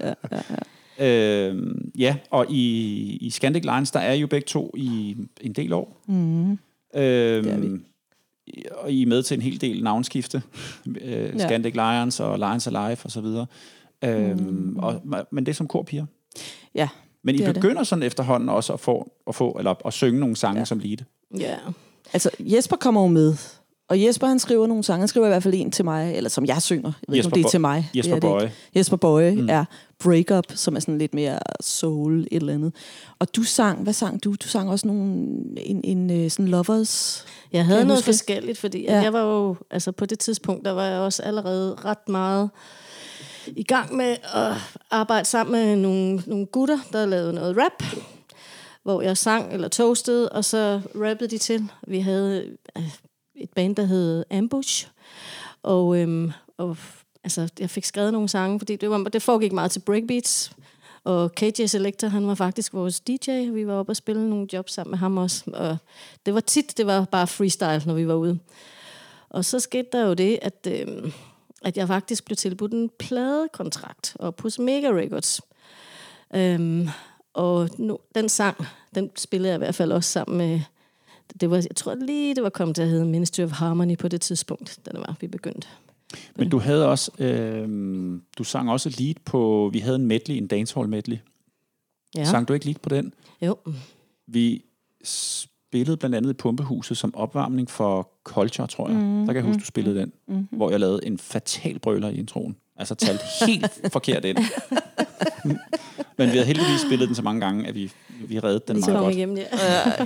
ja, og i Scandic Lines, der er jo begge to i en del år. Og I er med til en hel del navnskifte. Scandic Lions og Lions Alive og så videre. Men det er som korpiger. Ja. Men I begynder sådan efterhånden også at synge nogle sange som lead. Ja. Altså, Jesper kommer jo med. Og Jesper, han skriver nogle sange. Han skriver i hvert fald en til mig, eller som jeg synger. Jeg ved ikke, om det er til mig. Jesper Bøje. Jesper Bøje er Break Up, som er sådan lidt mere soul, et eller andet. Og hvad sang du? Du sang også en sådan Lovers. Jeg havde noget forskelligt, fordi jeg var jo, altså på det tidspunkt, der var jeg også allerede ret meget i gang med at arbejde sammen med nogle gutter, der lavede noget rap, hvor jeg sang eller toastede, og så rappede de til. Vi havde et band, der hed Ambush, og altså, jeg fik skrevet nogle sange, fordi det foregik meget til breakbeats, og KJ Selector, han var faktisk vores DJ, vi var oppe og spille nogle jobs sammen med ham også, og det var bare freestyle, når vi var ude. Og så skete der jo det, at jeg faktisk blev tilbudt en pladekontrakt op hos Mega Records. Og den sang, den spillede jeg i hvert fald også sammen med, jeg tror lige, det var kommet til at hedde Ministry of Harmony på det tidspunkt, da vi begyndte. Men du havde også, du sang også lead på, vi havde en medley, en dancehall medley. Ja. Sang du ikke lead på den? Jo. Vi spillede blandt andet i Pumpehuset som opvarmning for Culture, tror jeg. Der kan jeg huske, du spillede den, hvor jeg lavede en fatal brøler i introen. Altså talt helt forkert ind. Men vi havde heldigvis spillet den så mange gange, at vi reddede den meget godt. Igennem, ja.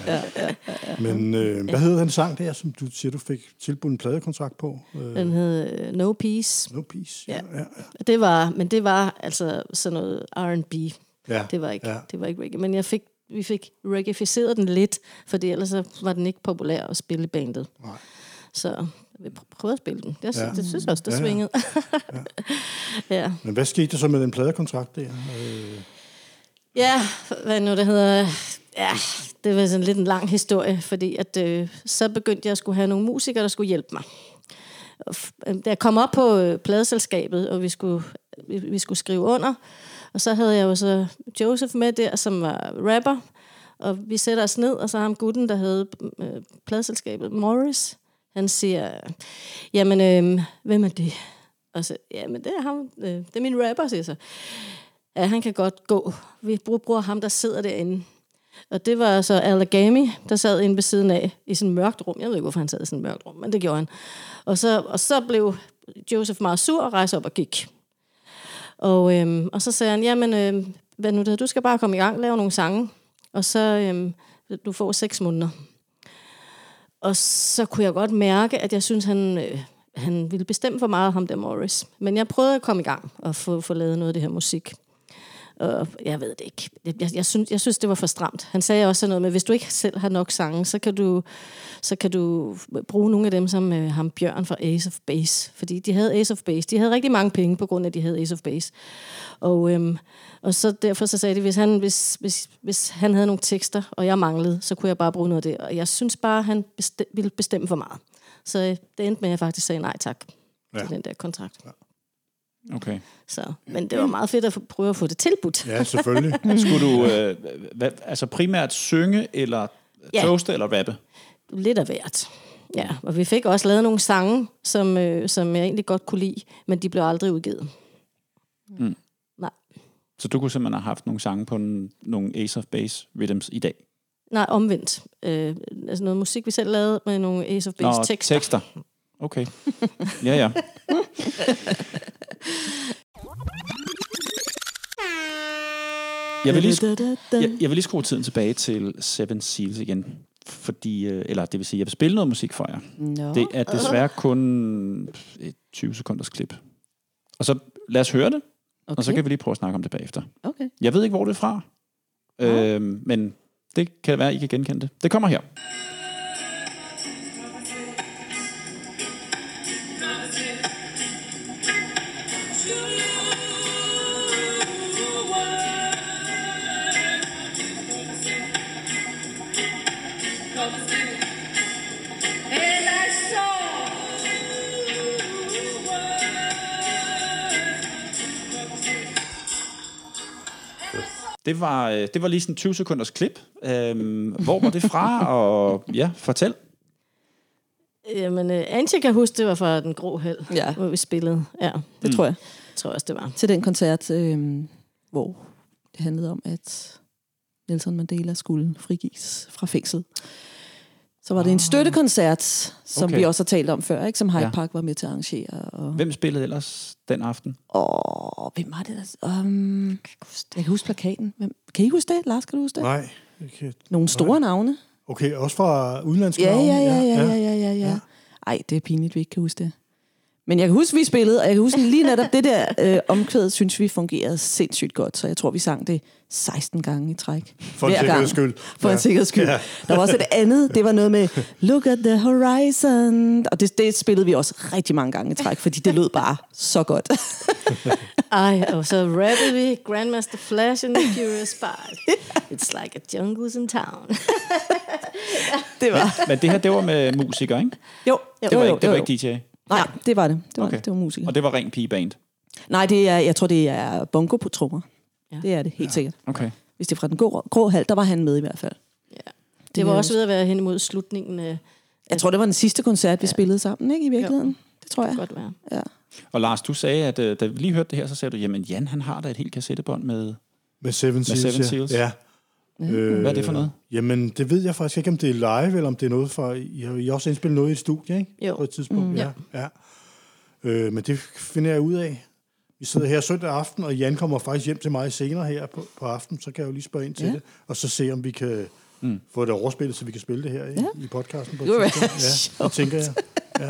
Men hvad hed den sang der, som du siger, du fik tilbudt en pladekontrakt på? Den hed No Peace. No Peace, ja. Det var altså sådan noget R&B. Ja. Det var ikke reggae. Men vi fik reggaeificeret den lidt, fordi ellers var den ikke populær at spille i bandet. Nej. Så vi prøvede at spille den. Det synes også, det svingede. Ja. Men hvad skete der så med den pladekontrakt der? Ja, hvad nu det hedder... Ja, det var sådan lidt en lang historie, fordi at, så begyndte jeg at skulle have nogle musikere, der skulle hjælpe mig. Da jeg kom op på pladeselskabet, og vi skulle skrive under, og så havde jeg jo så Joseph med der, som var rapper, og vi sætter os ned, og så ham gutten, der havde pladeselskabet, Morris, han siger, jamen, hvem er det? Og så, jamen, det er ham, det er min rapper, siger så. Ja, han kan godt gå. Vi bruger ham, der sidder derinde. Og det var så Allergami, der sad inde ved siden af i sådan et mørkt rum. Jeg ved ikke, hvorfor han sad i sådan et mørkt rum, men det gjorde han. Og så blev Joseph meget sur og rejste op og gik. Og så sagde han, jamen, hvad nu det, du skal bare komme i gang, lave nogle sange, og så du får 6 måneder. Og så kunne jeg godt mærke, at jeg synes, han ville bestemme for meget, ham der Morris. Men jeg prøvede at komme i gang og få lavet noget af det her musik. Og jeg ved det ikke. Jeg synes, det var for stramt. Han sagde også sådan noget med, hvis du ikke selv har nok sange, så kan du bruge nogle af dem, som ham Bjørn fra Ace of Base. Fordi de havde Ace of Base. De havde rigtig mange penge, på grund af, at de havde Ace of Base. Og så derfor så sagde de, hvis han havde nogle tekster, og jeg manglede, så kunne jeg bare bruge noget af det. Og jeg synes bare, han ville bestemme for meget. Så det endte med, at jeg faktisk sagde nej tak til den der kontrakt. Ja. Okay. Så, men det var meget fedt at prøve at få det tilbudt. Ja, selvfølgelig. Skulle du primært synge, eller toaste, eller rappe? Lidt af hvert. Ja, og vi fik også lavet nogle sange, som jeg egentlig godt kunne lide, men de blev aldrig udgivet. Mm. Nej. Så du kunne simpelthen have haft nogle sange på nogle Ace of Base rhythms i dag? Nej, omvendt. Altså noget musik, vi selv lavede med nogle Ace of Base tekster. Okay. Ja. Jeg vil lige skrue tiden tilbage til Seven Seals igen. Fordi, eller det vil sige, jeg vil spille noget musik for jer. No. Det er desværre kun et 20 sekunders klip. Og så lad os høre det, og så kan vi lige prøve at snakke om det bagefter. Okay. Jeg ved ikke, hvor det er fra, men det kan være, I kan genkende det. Det kommer her. Det var lige sådan 20 sekunders klip. Hvor var det fra? Og ja, fortæl. Jamen, Antje kan huske, det var fra Den Grå Hal, hvor vi spillede. Ja, det tror jeg. Jeg tror også, det var. Til den koncert, hvor det handlede om, at Nelson Mandela skulle frigives fra fængsel. Så var det en støttekoncert, som vi også har talt om før, ikke? Som Hyde Park var med til at arrangere. Og... Hvem spillede ellers den aften? Hvem var det der? Jeg kan huske plakaten. Kan I huske det? Lars, kan du huske det? Nej. Nogle store navne. Okay, også fra udenlandske navne? Ja. Ej, det er pinligt, vi ikke kan huske det. Men jeg kan huske, vi spillede, og jeg kan huske lige netop det der omkvæd, synes vi fungerede sindssygt godt. Så jeg tror, vi sang det 16 gange i træk. For en sikkerheds skyld. For en sikkerheds skyld. Ja. Der var også et andet, det var noget med Look at the horizon. Og det spillede vi også rigtig mange gange i træk, fordi det lød bare så godt. Og så rappede vi Grandmaster Flash and the Curious Spy. It's like a jungle's in town. Det var. Men det her, det var med musikere, ikke? Jo. Det var ikke DJ? Nej, det var det. Det var musikere. Og det var ren pigeband? Nej, jeg tror, det er bongo på trommer. Ja. Det er det, helt sikkert. Okay. Hvis det er fra Den Grå Hal, der var han med i hvert fald. Ja. Det var også ved at være hen imod slutningen af... Jeg tror, det var den sidste koncert, vi spillede sammen, ikke? I virkeligheden. Jo. Det tror jeg. Det kan godt være. Ja. Og Lars, du sagde, at da vi lige hørte det her, så sagde du, jamen Jan, han har da et helt kassettebånd med Seven Seals. Ja. Hvad er det for noget? Jamen, det ved jeg faktisk ikke, om det er live, eller om det er noget fra... I har også indspillet noget i et studie, ikke? Jo. På et tidspunkt, ja. Men det finder jeg ud af. Vi sidder her søndag aften, og Jan kommer faktisk hjem til mig senere her på aften, så kan jeg jo lige spørge ind til det, og så se, om vi kan få det overspillet, så vi kan spille det her i podcasten. På et tidspunkt. Ja, det tænker jeg. Ja.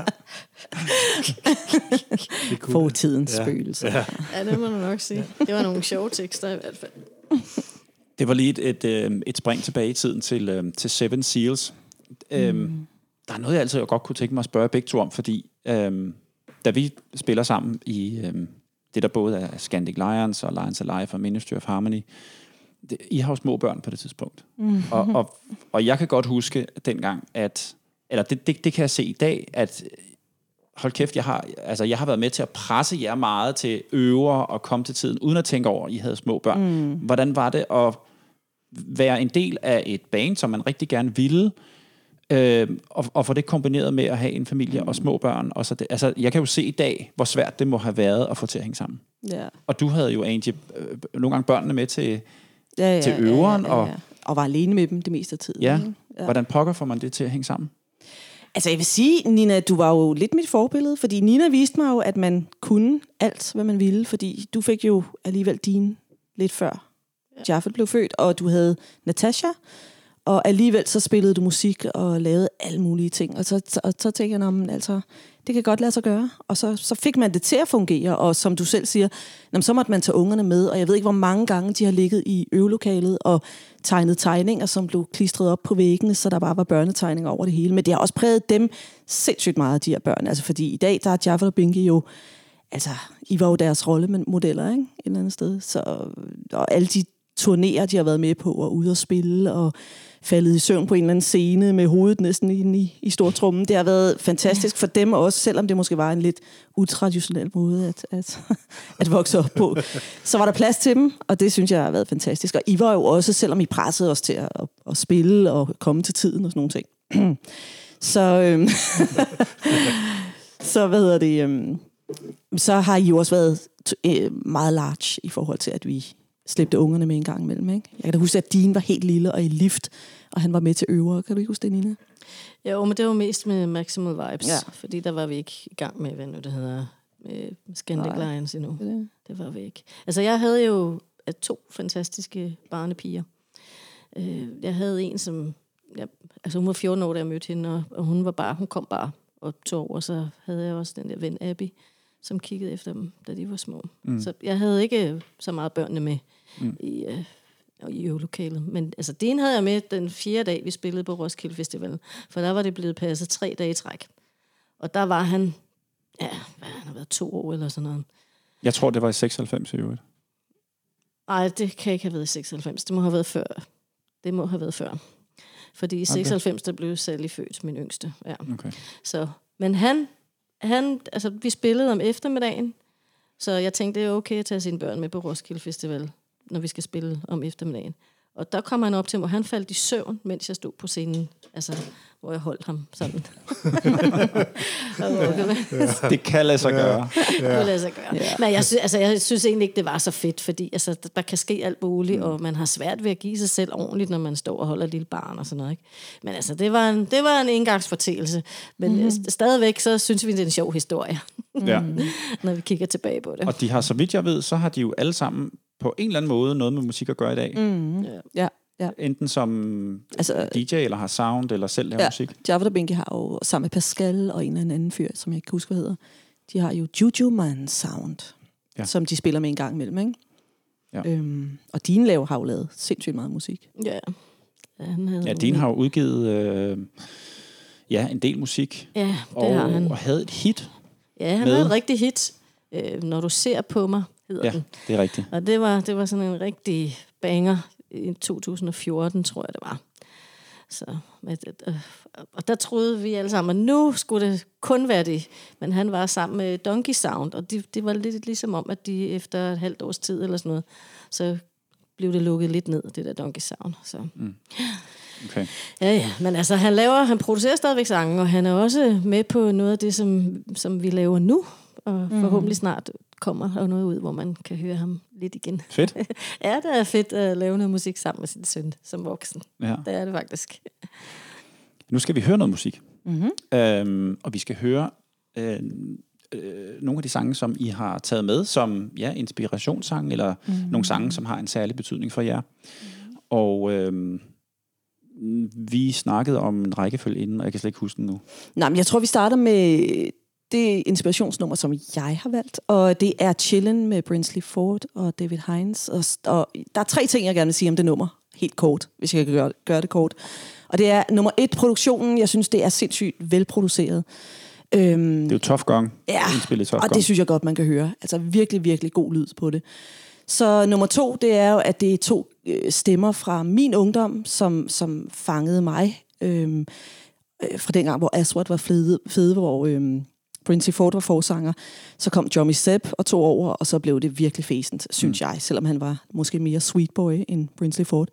Fortidens spøgelser. Ja, det må du nok sige. Det var nogle sjove tekster i hvert fald. Det var lige et spring tilbage i tiden til Seven Seals. Der er noget, jeg altid godt kunne tænke mig at spørge begge to om, fordi da vi spiller sammen i det, der både er Scandic Lions og Lions Alive og Ministry of Harmony, I har jo små børn på det tidspunkt. Og jeg kan godt huske dengang, eller det kan jeg se i dag, at hold kæft, jeg har været med til at presse jer meget til øver og komme til tiden, uden at tænke over, at I havde små børn. Hvordan var det at være en del af et band, som man rigtig gerne ville, og få det kombineret med at have en familie og små børn? Og så det, jeg kan jo se i dag, hvor svært det må have været at få til at hænge sammen. Ja. Og du havde jo egentlig nogle gange børnene med til øveren. Og var alene med dem det meste af tiden. Ja. Hvordan pokker får man det til at hænge sammen? Altså jeg vil sige, Nina, du var jo lidt mit forbillede, fordi Nina viste mig jo, at man kunne alt, hvad man ville, fordi du fik jo alligevel din lidt før Jaffet blev født, og du havde Natasha, og alligevel så spillede du musik og lavede alle mulige ting. Og så tænkte jeg, altså, det kan godt lade sig gøre. Og så fik man det til at fungere, og som du selv siger, så måtte man tage ungerne med, og jeg ved ikke, hvor mange gange de har ligget i øvelokalet og tegnet tegninger, som blev klistret op på væggene, så der bare var børnetegninger over det hele. Men det har også præget dem sindssygt meget, de her børn. Altså, fordi i dag, der er Jaffer og Binky jo, altså, I var jo deres rollemodeller, ikke? Et eller andet sted. Så, og alle de turnéer, de har været med på, og ude at spille, og faldet i søvn på en eller anden scene med hovedet næsten inde i stortrummen. Det har været fantastisk for dem også, selvom det måske var en lidt utraditionel måde at vokse op på. Så var der plads til dem, og det synes jeg har været fantastisk. Og I var jo også, selvom I pressede os til at spille og komme til tiden og sådan nogle ting. Så har I jo også været meget large i forhold til, at vi slæbte ungerne med en gang imellem, ikke? Jeg kan da huske, at Dean var helt lille og i lift, og han var med til øver. Kan du ikke huske det, Nina? Jo, men det var mest med Maximal Vibes, fordi der var vi ikke i gang med, hvad nu det hedder, med Scandic Lions endnu. Det var vi ikke. Altså, jeg havde jo 2 fantastiske barnepiger. Jeg havde en, som... hun var 14 år, da jeg mødte hende, og hun kom bare og tog over. Så havde jeg også den der ven, Abby, som kiggede efter dem, da de var små. Så jeg havde ikke så meget børnene med i øvelokalet. Men altså, Dean havde jeg med den 4. dag, vi spillede på Roskilde Festival. For der var det blevet passet 3 dage i træk. Og der var han, han har været 2 år eller sådan noget. Jeg tror, det var i 96 i øvrigt. Nej, det kan ikke have været i 96. Det må have været før. Fordi i 96, der blev Sally født, min yngste. Ja. Okay. Så, men han, altså, vi spillede om eftermiddagen, så jeg tænkte, det er okay at tage sine børn med på Roskilde Festival, når vi skal spille om eftermiddagen. Og der kom han op til mig, og han faldt i søvn, mens jeg stod på scenen, altså, hvor jeg holdt ham sådan. Det kan lade sig gøre. Men jeg synes egentlig ikke, det var så fedt, fordi altså, der kan ske alt muligt, og man har svært ved at give sig selv ordentligt, når man står og holder et lille barn og sådan noget. Ikke? Men altså, det var en engangsfortælelse. Men stadigvæk, så synes vi, det er en sjov historie, når vi kigger tilbage på det. Og de har, så vidt jeg ved, så har de jo alle sammen på en eller anden måde noget med musik at gøre i dag. Ja. Enten som DJ, eller har sound, eller selv laver musik. Jaffer og Binky har jo sammen med Pascal og en eller anden fyr, som jeg ikke kan huske, hvad hedder. De har jo Juju Man Sound, som de spiller med en gang imellem, ikke? Ja. Og Dean har jo lavet sindssygt meget musik. Ja. Dean har jo udgivet en del musik. Ja, det har han. Og havde et hit. Ja, han havde et rigtigt hit. Når du ser på mig, hedder den. Det er rigtigt. Og det var sådan en rigtig banger i 2014, tror jeg det var. Så, og der troede vi alle sammen, at nu skulle det kun være det. Men han var sammen med Donkey Sound, og det var lidt ligesom om, at de efter et halvt års tid eller sådan noget, så blev det lukket lidt ned, det der Donkey Sound. Så. Okay. Ja, men altså han producerer stadigvæk sange, og han er også med på noget af det, som vi laver nu, og forhåbentlig snart kommer der noget ud, hvor man kan høre ham lidt igen. Fedt. Ja, det er fedt at lave noget musik sammen med sin søn som voksen. Ja. Det er det faktisk. Nu skal vi høre noget musik. Og vi skal høre nogle af de sange, som I har taget med som inspirationssange, eller nogle sange, som har en særlig betydning for jer. Og vi snakkede om en rækkefølge inden, og jeg kan slet ikke huske den nu. Nej, men jeg tror, vi starter med det inspirationsnummer, som jeg har valgt, og det er Chillin' med Brinsley Ford og David Hines. Og der er 3 ting, jeg gerne vil sige om det nummer, helt kort, hvis jeg kan gøre det kort. Og det er nummer 1, produktionen. Jeg synes, det er sindssygt velproduceret. Det er jo Tough Gong. Ja, og det synes jeg godt, man kan høre. Altså virkelig, virkelig god lyd på det. Så nummer 2, det er jo, at det er 2 stemmer fra min ungdom, som fangede mig. Fra dengang, hvor Aswad var fede, hvor Brinsley Ford var forsanger. Så kom Johnny Sepp og tog over, og så blev det virkelig fæsent, synes jeg. Selvom han var måske mere sweet boy end Brinsley Ford.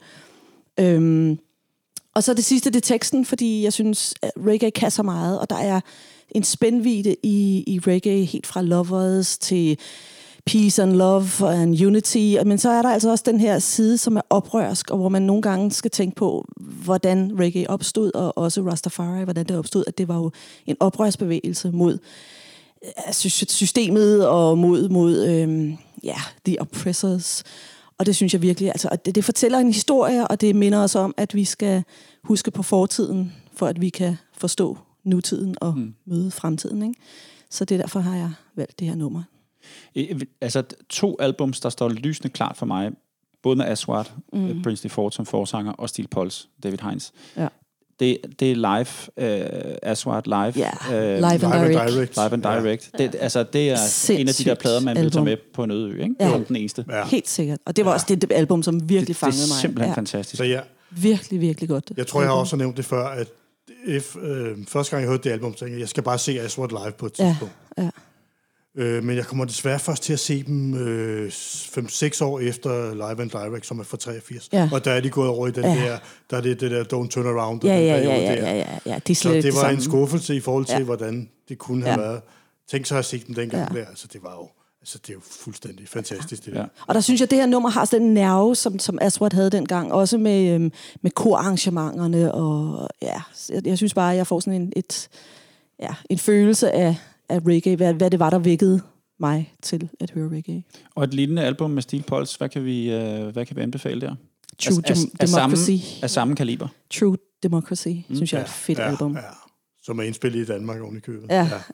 Og så det sidste, det er teksten, fordi jeg synes, at reggae kan så meget, og der er en spændvidde i reggae, helt fra Lovers til Peace and Love and Unity. Men så er der altså også den her side, som er oprørsk, og hvor man nogle gange skal tænke på, hvordan reggae opstod, og også Rastafari, hvordan det opstod, at det var jo en oprørsbevægelse mod systemet og mod the oppressors. Og det synes jeg virkelig, altså, det fortæller en historie, og det minder os om, at vi skal huske på fortiden, for at vi kan forstå nutiden og møde fremtiden. Ikke? Så det er derfor, har jeg valgt det her nummer. Altså 2 albums, der står lysende klart for mig, både med Aswad, Prince Ford som forsanger, og Steel Pulse, David Hines. Ja. Det er live, Aswad live. Yeah. Live and Direct. Live and Direct. Ja. Det er sindssygt en af de der plader, man vil tage med på en øde ø, ikke? Ja. Det var den eneste. Ja. Helt sikkert. Og det var også det album, som virkelig fangede mig. Det er simpelthen fantastisk. Så virkelig, virkelig godt. Jeg tror, jeg har også nævnt det før, at første gang jeg hørte det album, tænkte jeg skal bare se Aswad live på et tidspunkt. Ja. Men jeg kommer desværre først til at se dem 5-6 år efter Live and Direct, som er fra 83. Ja. Og der er de gået over i den der er det der Don't Turn Around. Ja. Det var en skuffelse i forhold til, hvordan det kunne have været. Tænk så at have set dem dengang der. Altså, det er jo fuldstændig fantastisk, det der. Og der synes jeg, at det her nummer har sådan en nerve, som Aswad havde dengang. Også med korarrangementerne. Og jeg synes bare, at jeg får sådan en følelse af reggae, hvad det var, der vækkede mig til at høre reggae. Og et lignende album med Steel Pulse, hvad kan vi anbefale der? True Democracy. Af samme kaliber. True Democracy, synes jeg er et fedt album. Ja. Som er indspillet i Danmark oven i købet.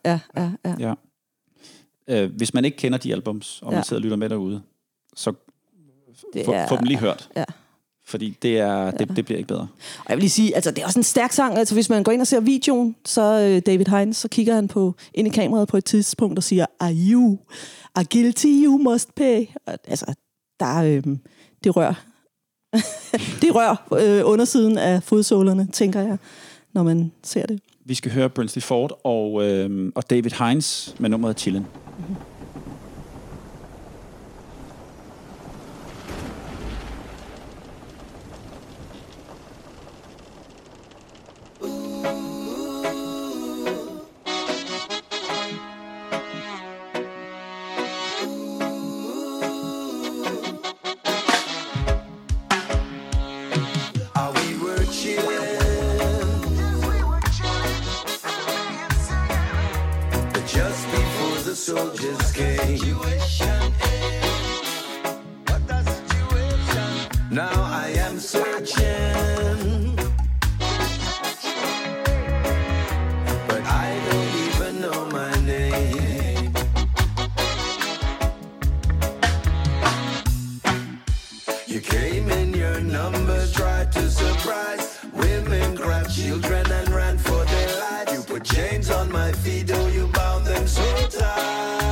Ja. Hvis man ikke kender de albums, og man sidder og lytter med derude, så få dem lige hørt. Ja. Fordi det bliver ikke bedre. Og jeg vil lige sige, altså det er også en stærk sang. Altså hvis man går ind og ser videoen, så David Hines, så kigger han ind i kameraet på et tidspunkt og siger, are guilty, you must pay. Altså, det rører. Det rører undersiden af fodsålerne, tænker jeg, når man ser det. Vi skal høre Prince Ford og David Hines med nummeret Chillin'. Mm-hmm. Soldiers came. Now I am searching, but I don't even know my name. You came in your number, tried to surprise women, grabbed children and ran for their lives. You put chains on my feet, oh you bound them so tight.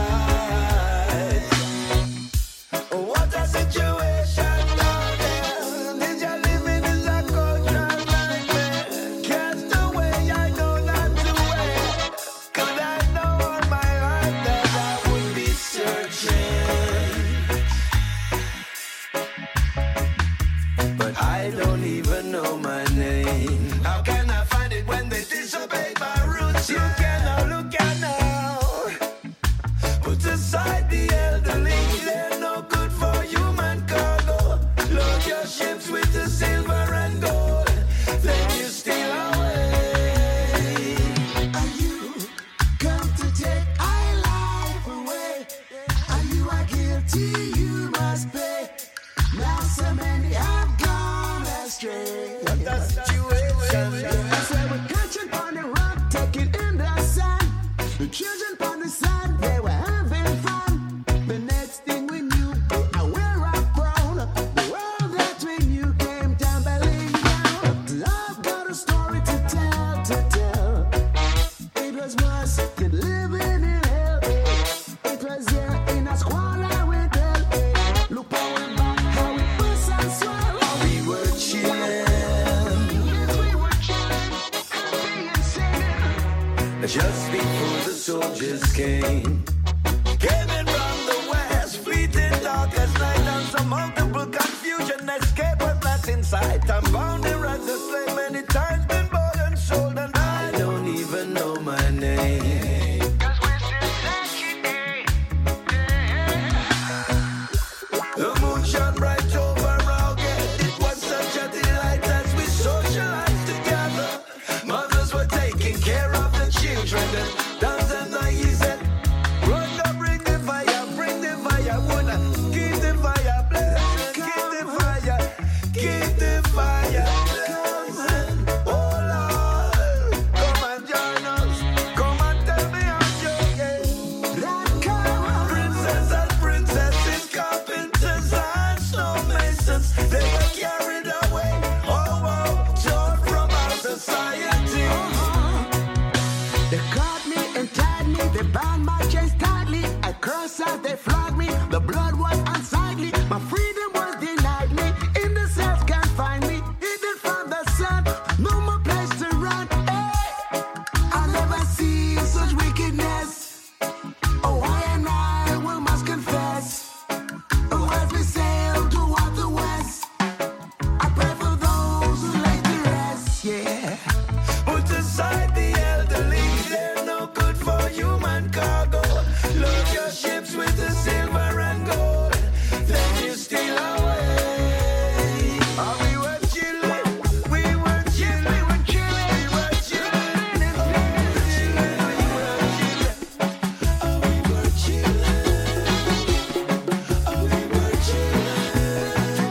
Just before the soldiers came in from the west, fleeting darkest night, and some multiple confusion. Escape was not in sight. I'm bound here as a slave, many times been bought and sold, and I don't even know my name. 'Cause we're still searching. The moon shone bright over our gate. It was such a delight as we socialized together. Mothers were taking care of children, dance and I said, run up, bring the fire, wood, keep the fire blazing. me, they bound my chest tightly. I curse as they flog me, the blood was unsightly. My freedom was denied me, in the cells can't find me. Hidden from the sun, no more place to run. Hey, I never see such wickedness. Oh, I and I will must confess. Oh, as we sail toward the west, I pray for those who lay to rest, yeah. Put aside the elderly, they're no good for human cargo. Load your ships with the silver and gold, then you steal away. Oh, we were chilling, we were chilling, we were chilling, we were chilling, we were chilling, oh, we were chilling, oh, we were chilling.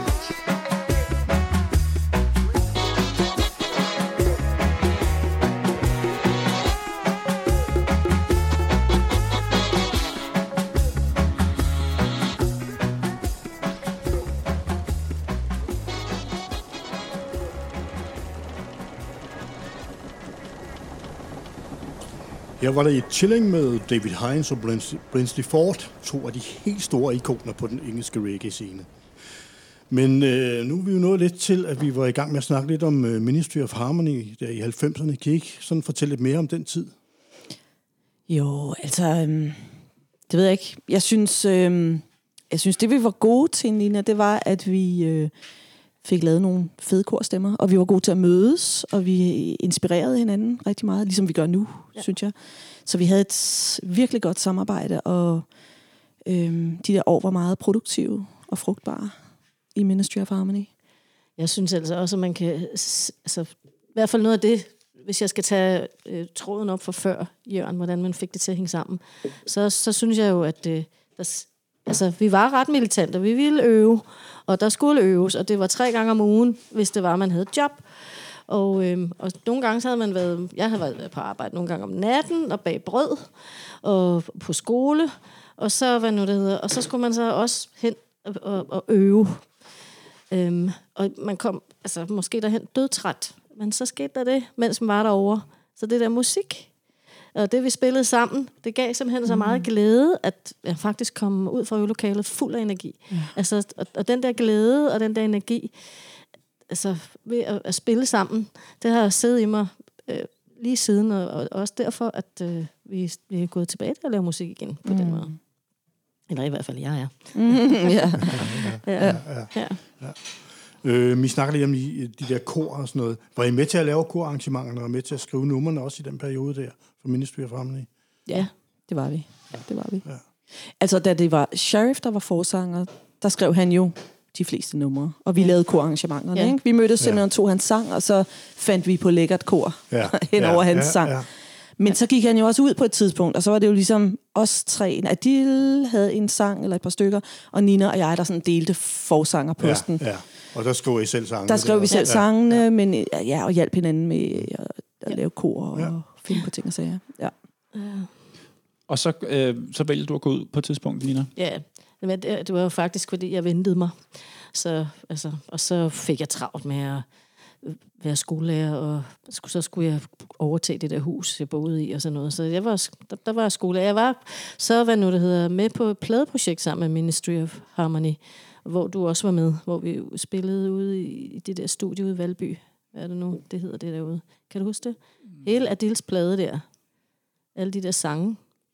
Her var der et chilling med David Hines og Brinsley Ford, to af de helt store ikoner på den engelske reggae-scene. Men nu er vi jo nået lidt til, at vi var i gang med at snakke lidt om Ministry of Harmony der i 90'erne. Kan I ikke sådan fortælle lidt mere om den tid? Jo, altså, det ved jeg ikke. Jeg synes, det vi var gode til, Nina, det var, at vi fik lavet nogle fede korstemmer, og vi var gode til at mødes, og vi inspirerede hinanden rigtig meget, ligesom vi gør nu, synes jeg. Så vi havde et virkelig godt samarbejde, og de der år var meget produktive og frugtbare i Ministry of Harmony. Jeg synes altså også, at man kan... Altså, i hvert fald noget af det, hvis jeg skal tage tråden op for før, Jørgen, hvordan man fik det til at hænge sammen, så synes jeg jo, at vi var ret militante, vi ville øve, og der skulle øves, og det var 3 gange om ugen, hvis det var, man havde et job. Og nogle gange så havde man været... Jeg havde været på arbejde nogle gange om natten, og bag brød, og på skole, og så, hvad nu det hedder, og så skulle man så også hen og øve. Og man kom måske derhen dødtræt, men så skete der det, mens man var derovre. Så det der musik, og det vi spillede sammen, det gav simpelthen så meget glæde, at jeg faktisk kom ud fra øvelokalet fuld af energi. Ja. Altså, og den der glæde og den der energi, altså ved at spille sammen, det har siddet i mig lige siden, og også derfor, at vi er gået tilbage til at lave musik igen på den måde. Eller i hvert fald jeg er. Vi snakker lidt om de der kor og sådan noget. Var I med til at lave korarrangementerne og med til at skrive numrene også i den periode der for Ministry of Harmony? Ja, det var vi. Ja. Altså, da det var Sheriff, der var forsanger, der skrev han jo de fleste numre, og vi lavede korarrangementerne. Ikke? Vi mødtes simpelthen tog hans sang, og så fandt vi på lækkert kor hen over hans sang. Ja. Men så gik han jo også ud på et tidspunkt, og så var det jo ligesom os tre. Adil havde en sang eller et par stykker, og Nina og jeg, der sådan delte forsangerposten. Ja. Og der skrev I selv sangene? Der skrev vi selv sangene, men og hjalp hinanden med at lave kor og finde på ting og sager. Ja. Og så vælger du at gå ud på et tidspunkt, Nina? Ja, men det var jo faktisk, fordi jeg ventede mig. Og så fik jeg travlt med at være skolelærer, og så skulle jeg overtage det der hus, jeg boede i, og sådan noget. Så der var skolelærer. Jeg var så, med på et pladeprojekt sammen med Ministry of Harmony, hvor du også var med, hvor vi spillede ude i det der studie ude i Valby. Hvad er det nu, det hedder det derude? Kan du huske det? Hele Adils plade der. Alle de der sange.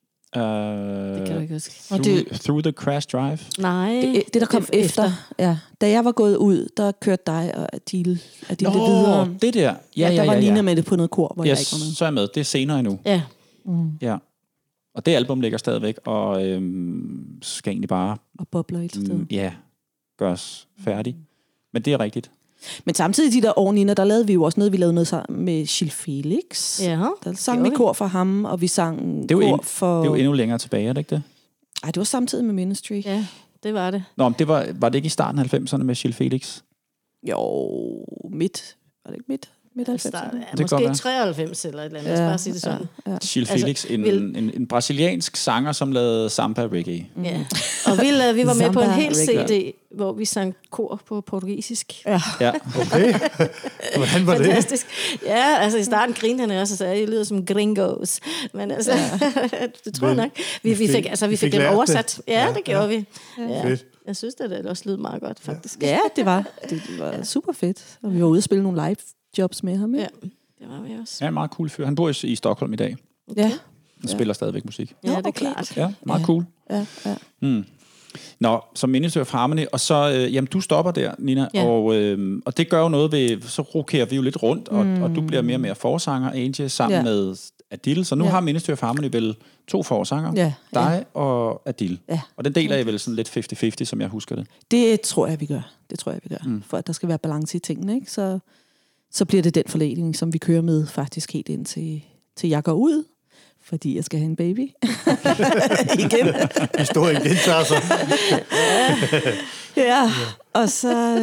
Det kan du ikke huske. Through the Crash Drive? Nej. Det der kom efter. Ja. Da jeg var gået ud, der kørte dig og Adil det videre. Det der. Der var Nina med det på noget kor, hvor jeg ikke var med. Så er jeg med. Det er senere endnu. Ja. Ja. Og det album ligger stadigvæk, og skal egentlig bare... Og bobler et sted. Ja, gøres færdig. Men det er rigtigt. Men samtidig de der år, Nina, der lavede vi jo også noget. Vi lavede noget sammen med Gilles Felix. Ja, der sang vi kor for ham, og vi sang kor for... Det er jo endnu længere tilbage, er det ikke det? Nej, det var samtidig med Ministry. Ja, det var det. Nå, men var det ikke i starten af 90'erne med Gilles Felix? Jo, midt. Var det ikke midt? Midt 90'erne? Ja, måske 93 eller et eller andet. Lad os bare sige det sådan. Ja. Gilles Felix, en brasiliansk sanger, som lavede samba reggae. Ja, og vi var med på en hel CD hvor vi sang kor på portugisisk. Ja. Ja. Okay. Hvordan var det? Fantastisk. Ja, altså i starten grinede han også og sagde, jeg lyder som gringos. Men altså, det tror jeg nok. Vi fik den oversat. Det. Ja, det gjorde vi. Ja. Fedt. Jeg synes, det også lød meget godt, faktisk. Ja, det var super fedt. Og vi var ude og spille nogle live jobs med ham. Ja, det var vi også. Ja, en meget cool fyr. Han bor i Stockholm i dag. Ja. Han spiller stadigvæk musik. Ja, det er okay. klart. Ja, meget cool. Ja. Nå, som Ministry of Harmony, og så, jamen du stopper der, Nina, Ja. og det gør jo noget ved, så rokerer vi jo lidt rundt, og du bliver mere og mere forsanger, Angie, sammen med Adil, så nu har Ministry of Harmony vel 2 forsanger, dig og Adil, og den deler I vel sådan lidt 50-50, som jeg husker det. Det tror jeg, vi gør. For at der skal være balance i tingene, ikke? Så bliver det den forlægning, som vi kører med faktisk helt ind til jeg går ud, fordi jeg skal have en baby. Igen. Historien gentager sig. Ja, og så...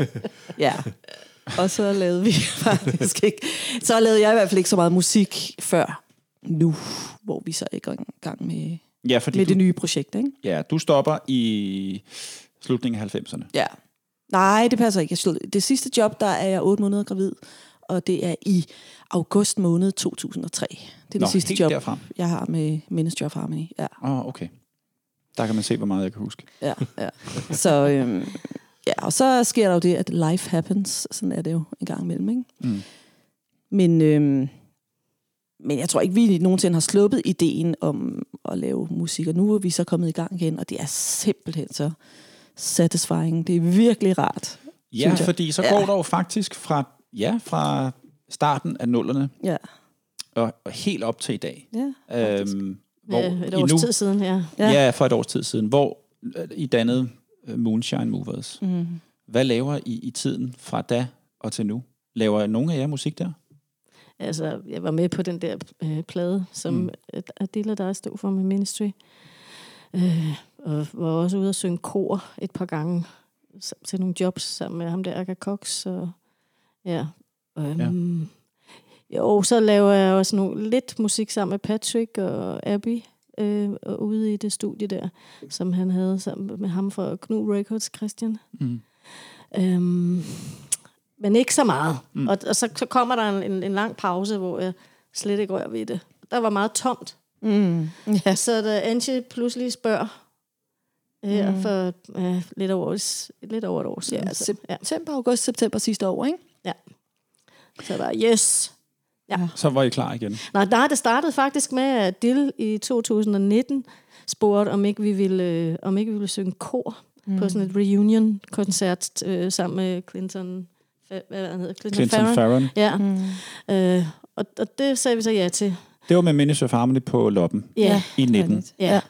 Og så lavede vi faktisk ikke... Så lavede jeg i hvert fald ikke så meget musik før nu, hvor vi så er i gang med det nye projekt, ikke? Ja, du stopper i slutningen af 90'erne. Ja. Nej, det passer ikke. Det sidste job, der er jeg 8 måneder gravid, og det er i august måned 2003. Det er det sidste job, derfra. Jeg har med Ministry of Harmony. Ja. Okay. Der kan man se, hvor meget jeg kan huske. Ja. Så, og så sker der jo det, at life happens. Sådan er det jo en gang imellem, ikke? Mm. Men jeg tror ikke, vi nogensinde har sluppet ideen om at lave musik, og nu er vi så kommet i gang igen, og det er simpelthen så satisfying. Det er virkelig rart. Ja, fordi så går der jo faktisk fra starten af 00'erne og helt op til i dag. Ja, hvor et års tid siden, Ja, for et års tid siden, hvor I dannede Moonshine Movers. Mm. Hvad laver I i tiden fra da og til nu? Laver nogen af jer musik der? Altså, jeg var med på den der plade, som Adil og dig stod for med Ministry. Og var også ude at synge kor et par gange til nogle jobs sammen med ham der, Aga Cox. Og, Jo, så laver jeg også lidt musik sammen med Patrick og Abby ude i det studie der, som han havde sammen med ham fra Knud Records, Christian. Mm. Men ikke så meget. Mm. Og så kommer der en lang pause, hvor jeg slet ikke rører ved det. Der var meget tomt. Mm. Ja. Så da Angie pludselig spørger for lidt over et år siden. Ja, september, august, september sidste år, ikke? Ja. Så der yes. Ja. Så var I klar igen? Nej, det startede faktisk med, at Dill i 2019 spurgte, om ikke vi ville synge kor på sådan et reunion-koncert sammen med Clinton Farron. Ja. Og det sagde vi så ja til. Det var med Ministry of Harmony på Loppen i 19. Ja.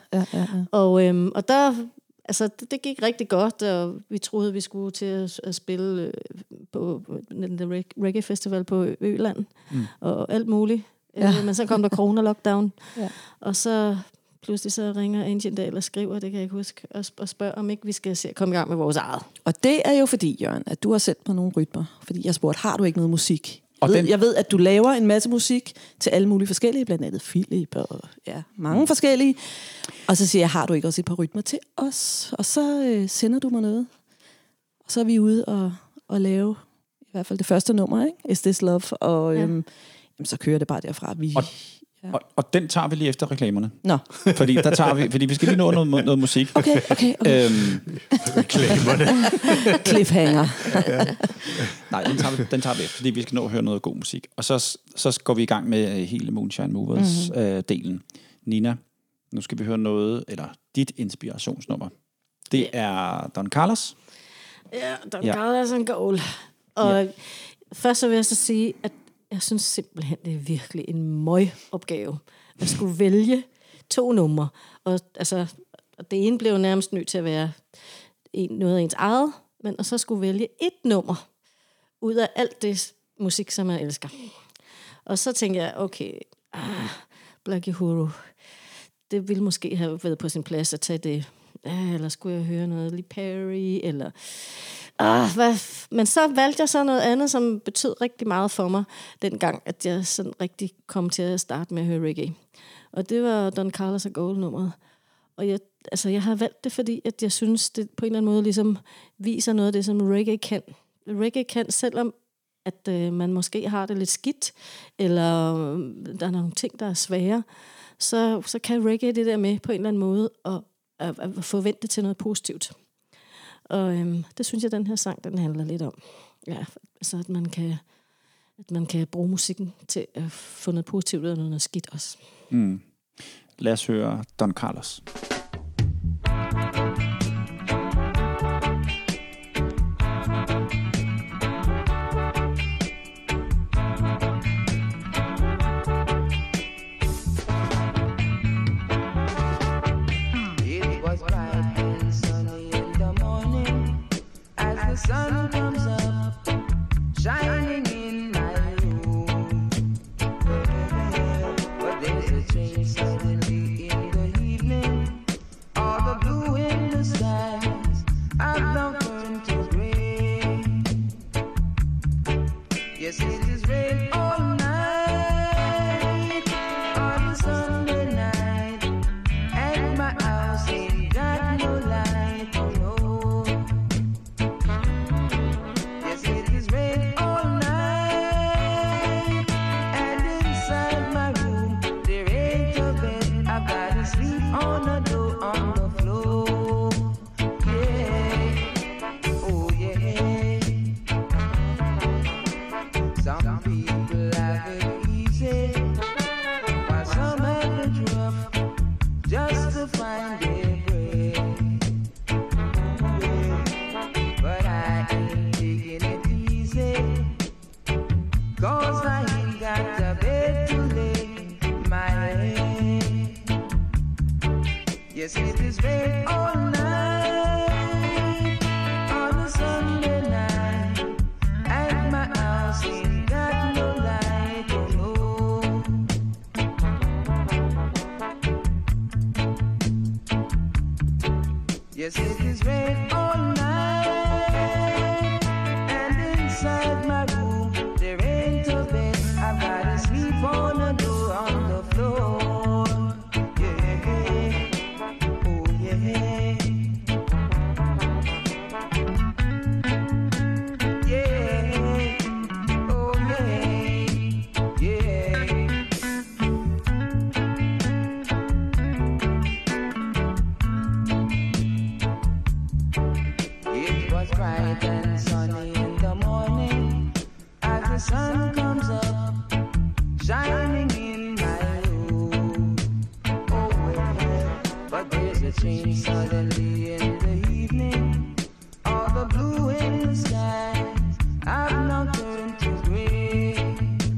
Og der, altså det gik rigtig godt, og vi troede, vi skulle til at spille på den reggae festival på Øland og alt muligt. Men så kom der corona-lockdown, og så pludselig så ringer Angie Dahl og skriver, det kan jeg ikke huske, og spørger, om ikke vi skal komme i gang med vores eget. Og det er jo fordi, Jørgen, at du har sendt mig nogle rytmer, fordi jeg spurgte, har du ikke noget musik? Og jeg ved, at du laver en masse musik til alle mulige forskellige, blandt andet Philip og mange forskellige. Og så siger jeg, har du ikke også et par rytmer til os? Og så sender du mig noget. Og så er vi ude og lave i hvert fald det første nummer, ikke? Is This Love? Og så kører det bare derfra. Og den tager vi lige efter reklamerne. Nå. Fordi vi skal lige nå noget musik. Okay. Reklamerne. Cliffhanger. Nej, den tager vi efter, fordi vi skal nå at høre noget god musik. Og så går vi i gang med hele Moonshine Movers-delen. Nina, nu skal vi høre noget, eller dit inspirationsnummer. Det er Don Carlos. Ja, Don Carlos and Gold. Og først så vil jeg så sige, at jeg synes simpelthen, det er virkelig en møgopgave at skulle vælge 2 numre. Og det ene blev nærmest nødt til at være noget af ens eget, og så skulle vælge 1 nummer ud af alt det musik, som jeg elsker. Og så tænkte jeg, okay, Black Uhuru, det ville måske have været på sin plads at tage det. Eller skulle jeg høre noget Lee Perry, eller... Men så valgte jeg så noget andet, som betød rigtig meget for mig, dengang, at jeg sådan rigtig kom til at starte med at høre reggae. Og det var Don Carlos og Gold-nummeret. jeg har valgt det, fordi at jeg synes, det på en eller anden måde ligesom viser noget af det, som reggae kan. Reggae kan, selvom at man måske har det lidt skidt, eller der er nogle ting, der er svære, så kan reggae det der med på en eller anden måde at forvente til noget positivt. Og det synes jeg, den her sang, den handler lidt om. Ja, altså at man kan bruge musikken til at få noget positivt ud af noget skidt også. Mm. Lad os høre Don Carlos. Sun comes up, shining in my room. But there's a change suddenly in the evening. All the blue in the skies have now turned to gray. Yes, it is rain all night on a Sunday night, and my house ain't got no light, oh no. Yes, it is rain all night on a Sunday night, and my house ain't got no light, oh no. Yes, it is rain all night, and inside my room there ain't a bed. I've got to sleep on the door on the floor. Sun comes up, shining in my room. Oh well, but there's a change suddenly in the evening. All the blue in the skies have now turned to gray.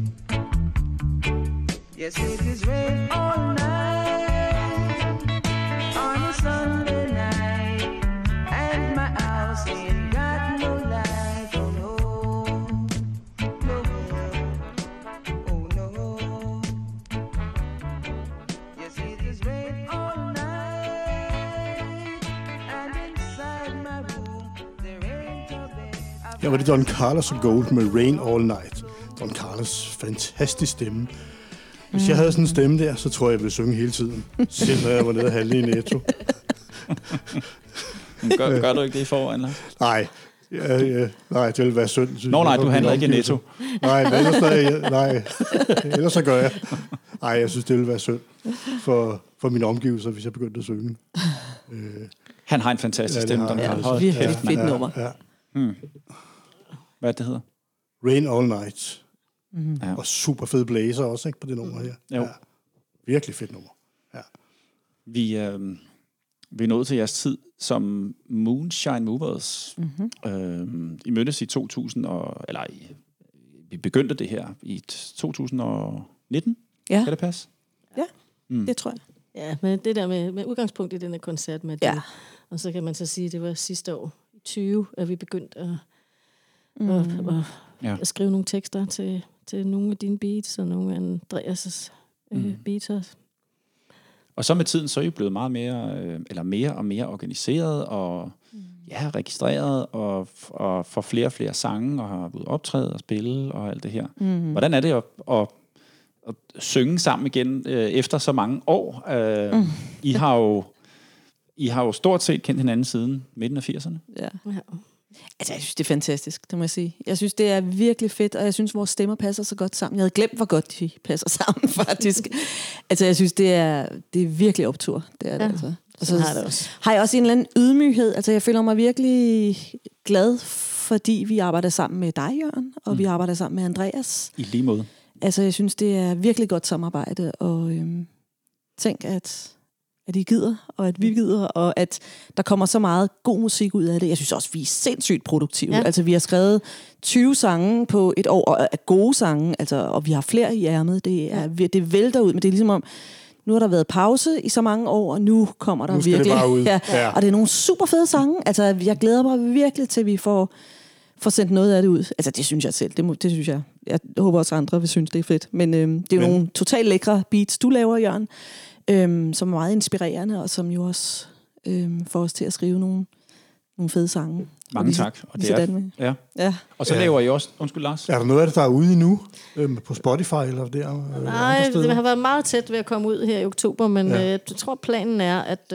Yes, it is rain all night on a Sunday night, and my house ain't got no light, oh no. Ja, var det Don Carlos og Gold med Rain All Night. Don Carlos, fantastisk stemme. Hvis jeg havde sådan en stemme der, så tror jeg ville synge hele tiden. Selv når jeg var nede og handle i Netto. Gør du ikke det i forvejen? Nej. Nej, det ville være synd. Nej, du handler ikke i Netto. Nej, ellers så gør jeg. Nej, jeg synes, det ville være synd for mine omgivelser, hvis jeg begyndte at synge. Han har en fantastisk stemme, Don Carlos. Ja, virkelig fedt nummer. Ja. Hvad det hedder? Rain All Night. Mm-hmm. Ja. Og super fed blæser også, ikke, på det nummer her. Jo. Ja. Virkelig fedt nummer. Ja. Vi er nået til jeres tid som Moonshine Movers. Mm-hmm. I mødtes i vi begyndte det her i 2019. Ja. Kan det passe? Ja, det tror jeg. Ja, men det der med udgangspunkt i den her koncert med det, og så kan man så sige, at det var sidste år, i 20, at vi begyndte at skrive nogle tekster til nogle af dine beats, og nogle af Andreas' beats også. Og så med tiden, så er I blevet meget mere og mere organiseret, og registreret, og får flere og flere sange, og har været optræde og spille, og alt det her. Mm. Hvordan er det at synge sammen igen efter så mange år? I har jo I har jo stort set kendt hinanden siden midten af 80'erne. Ja. Ja. Altså, jeg synes, det er fantastisk, det må jeg sige. Jeg synes, det er virkelig fedt, og jeg synes, vores stemmer passer så godt sammen. Jeg havde glemt, hvor godt de passer sammen, faktisk. Altså, jeg synes, det er virkelig optur. Det er det, altså. Og så har det også. har jeg også en eller anden ydmyghed. Altså, jeg føler mig virkelig glad, fordi vi arbejder sammen med dig, Jørgen, og vi arbejder sammen med Andreas. I lige måde. Altså, jeg synes, det er virkelig godt samarbejde, og tænk, at I gider, og at vi gider, og at der kommer så meget god musik ud af det. Jeg synes også, vi er sindssygt produktive. Ja. Altså, vi har skrevet 20 sange på et år, og er gode sange, altså, og vi har flere i ærmet. Det vælter ud, men det er ligesom om, nu har der været pause i så mange år, og nu kommer der virkelig. Det bare ud. Ja. Og det er nogle super fede sange. Altså, jeg glæder mig virkelig til, at vi får sendt noget af det ud. Altså, det synes jeg selv. Det synes jeg. Jeg håber også, andre vil synes, det er fedt. Men det er jo nogle totalt lækre beats, du laver, Jørgen, som er meget inspirerende, og som jo også får os til at skrive nogle fede sange. Mange tak. Og det er, ja. Og så laver I også... Undskyld, Lars. Er der noget af det, der er ude endnu? På Spotify eller der? Nej, det har været meget tæt ved at komme ud her i oktober, men jeg tror, planen er, at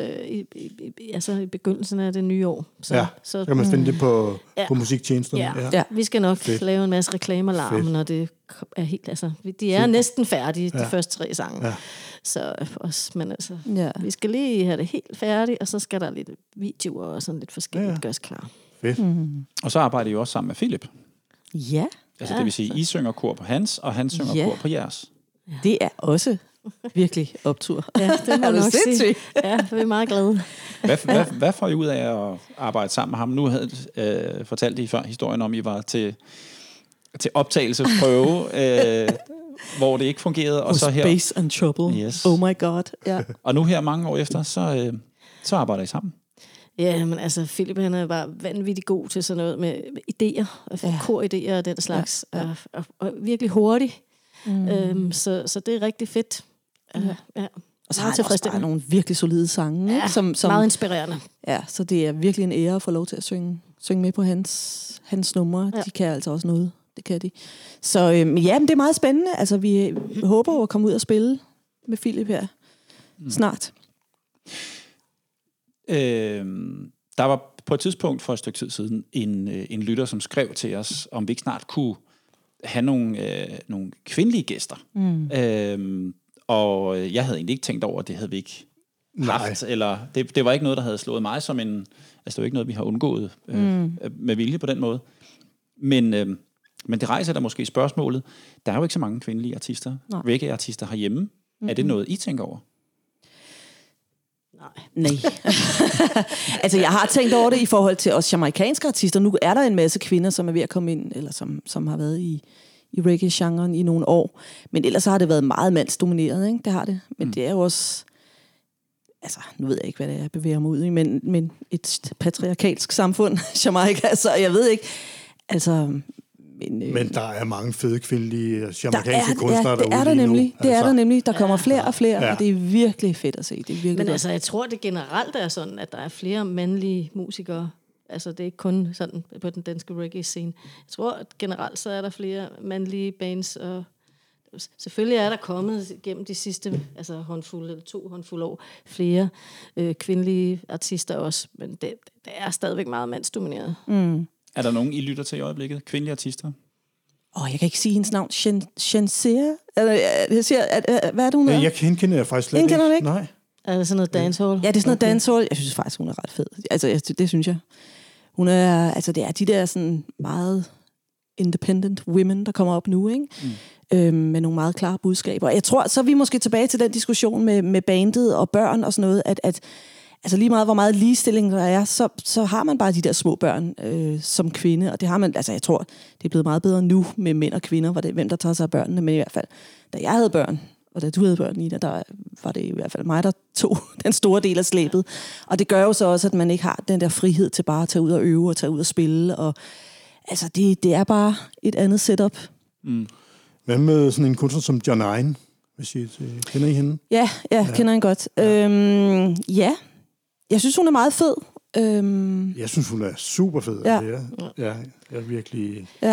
i begyndelsen af det nye år. Så kan man finde det på musiktjenesterne. Ja. Vi skal nok lave en masse reklamerlarm, når det er helt... Altså, de er næsten færdige, de første 3 sange. Ja. Så men altså, vi skal lige have det helt færdigt, og så skal der lidt videoer og sådan lidt forskelligt gøres klar. Fedt. Og så arbejder I også sammen med Philip. Ja. Altså det vil sige, I synger kor på hans, og han synger kor på jeres. Det er også virkelig optur. Ja, det må jeg nok sige. Ja, vi er meget glade. Hvad får I ud af at arbejde sammen med ham? Nu havde fortalt I før historien om, I var til optagelsesprøve, hvor det ikke fungerede. Og så her Space and Trouble. Yes. Oh my god. Ja. Og nu her mange år efter, så arbejder I sammen. Ja, men altså, Philip, han er bare vanvittigt god til sådan noget med idéer, koridéer og den slags, og virkelig hurtig. Så det er rigtig fedt. Ja. Og så har han også bare nogle virkelig solide sange. Ja, som meget inspirerende. Ja, så det er virkelig en ære at få lov til at synge med på hans numre. Ja. De kan altså også noget. Det kan de. Så men det er meget spændende. Altså, vi håber at komme ud og spille med Philip her snart. Der var på et tidspunkt for et stykke tid siden en lytter, som skrev til os, om vi ikke snart kunne have nogle kvindelige gæster. Og jeg havde egentlig ikke tænkt over, at det havde vi ikke haft. Eller det var ikke noget, der havde slået mig som en... Altså det var ikke noget, vi har undgået med vilje på den måde. Men det rejser der måske spørgsmålet. Der er jo ikke så mange kvindelige artister, reggae-artister herhjemme. Er det noget, I tænker over? Nej. Altså, jeg har tænkt over det i forhold til os jamaikanske artister. Nu er der en masse kvinder, som er ved at komme ind, eller som har været i reggae-genren i nogle år. Men ellers har det været meget mandsdomineret, ikke? Det har det. Men det er jo også... Altså, nu ved jeg ikke, hvad det er, jeg bevæger mig ud i, men et patriarkalsk samfund, Jamaica, så jeg ved ikke... Altså... Men der er mange fede kvindelige jamaikanske kunstnere derude. Det er der nemlig. Det er der nemlig. Der kommer flere og flere, og det er virkelig fedt at se. Det er virkelig Men altså, jeg tror, det generelt er sådan, at der er flere mandlige musikere. Altså, det er ikke kun sådan på den danske reggae-scene. Jeg tror, at generelt så er der flere mandlige bands, og selvfølgelig er der kommet gennem de sidste håndfuld eller 2 håndfulde år flere kvindelige artister også, men det er stadigvæk meget mandsdomineret. Er der nogen, I lytter til i øjeblikket? Kvindelige artister? Jeg kan ikke sige hendes navn. Shenzia? Hvad er det, hun er? Jeg kender jeg faktisk slet ikke. Kender du ikke? Nej. Er det sådan noget dancehall? Ja, det er sådan noget dancehall. Jeg synes faktisk, hun er ret fed. Altså, det synes jeg. Hun er, altså det er de der sådan meget independent women, der kommer op nu, ikke? Med nogle meget klare budskaber. Jeg tror, så er vi måske tilbage til den diskussion med bandet og børn og sådan noget, at altså lige meget, hvor meget ligestilling der er, så har man bare de der små børn som kvinde, og det har man, altså jeg tror, det er blevet meget bedre nu med mænd og kvinder, hvem der tager sig af børnene, men i hvert fald, da jeg havde børn, og da du havde børn, Nina, der var det i hvert fald mig, der tog den store del af slæbet. Og det gør jo så også, at man ikke har den der frihed til bare at tage ud og øve og tage ud og spille, og altså det er bare et andet setup. Hvad med sådan en kunstner som John Ein? Kender I hende? Ja. Kender hende godt. Ja. Jeg synes, hun er meget fed. Jeg synes, hun er super fed. Ja. Jeg er virkelig... Ja.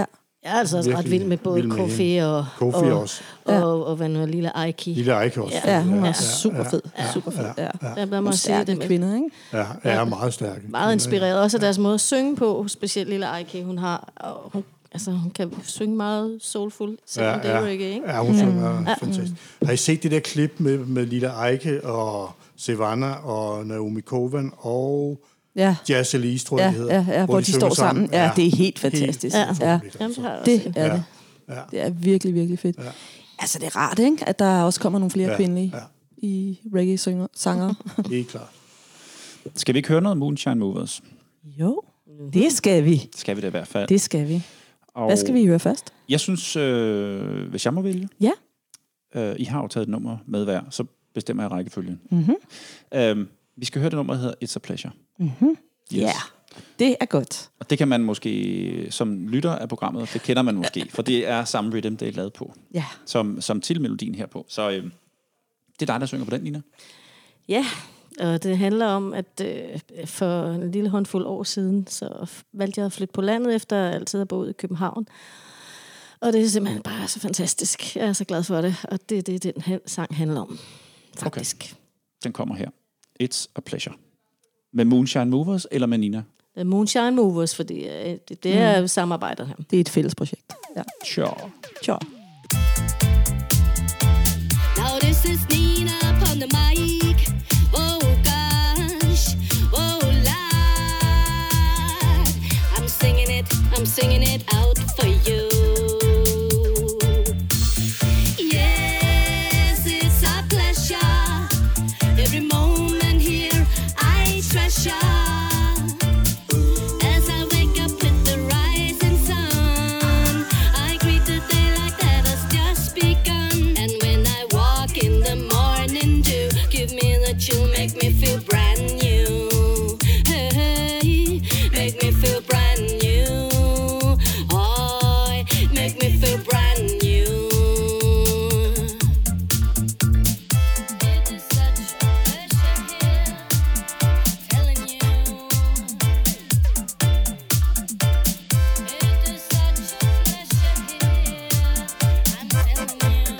Jeg er altså også ret Virkelig vild med både vild med Kofi hende. og, Kofi og, også. og hvad nu, Lille Aiki. Lille Eike også. Ja, hun er Ja. super fed. Super fed. Ja. Der bliver Hun man er sige stærk det med. kvinde, ikke? Ja, er meget stærk. Meget inspireret. Også af deres måde at synge på, specielt Lille Aiki. Hun har, og hun kan synge meget soulful, selvom det er reggae, ikke? Ja, hun synger fantastisk. Har I set det der klip med Lille Eike og Sevana og Naomi Kovan og Ja. Jazz Elise, tror jeg, det hedder? Ja, hvor de står sammen. Ja, det er helt fantastisk. Helt Ja. forfærdeligt, Jamen, altså. det har jeg også Det set. er det. Ja. Det er virkelig, virkelig fedt. Ja. Altså, det er rart, ikke? At der også kommer nogle flere kvindelige ja. i reggae-sangere. Helt klart. Skal vi ikke høre noget Moonshine Movers? Jo, det skal vi. Skal vi det i hvert fald. Det skal vi. Og Hvad skal vi høre først? Jeg synes, hvis jeg må vælge. Ja. I har jo taget et nummer med hver, så bestemmer jeg rækkefølgen. Mhm. Vi skal høre det nummer, der hedder It's a Pleasure. Mhm. Yes. Ja, det er godt. Og det kan man måske, som lytter af programmet, det kender man måske, for det er samme rhythm, det er lavet på, Ja. som til melodien herpå. Så det er dig, der synger på den, Nina. Ja, og det handler om, at for en lille håndfuld år siden, så valgte jeg at flytte på landet, efter at altid have boet i København. Og det er simpelthen bare så fantastisk. Jeg er så glad for det, og det er det, den sang handler om, faktisk. Okay. Den kommer her. It's a Pleasure. Med Moonshine Movers eller med Nina? The Moonshine Movers, fordi det er samarbejdet her. Det er et fælles projekt. Ja. Sure. Sure. Now this is Nina upon the mic. Oh gosh, oh Lord, I'm singing it out for you. Yes, it's a pleasure. Every moment here I treasure. As I wake up with the rising sun, I greet the day like that has just begun. And when I walk in the morning dew, give me the chill, make me feel brand new. Hey, make me feel brand new. Oh, make me feel brand new. It is such a pleasure here, telling you. It is such a pleasure here, I'm telling you.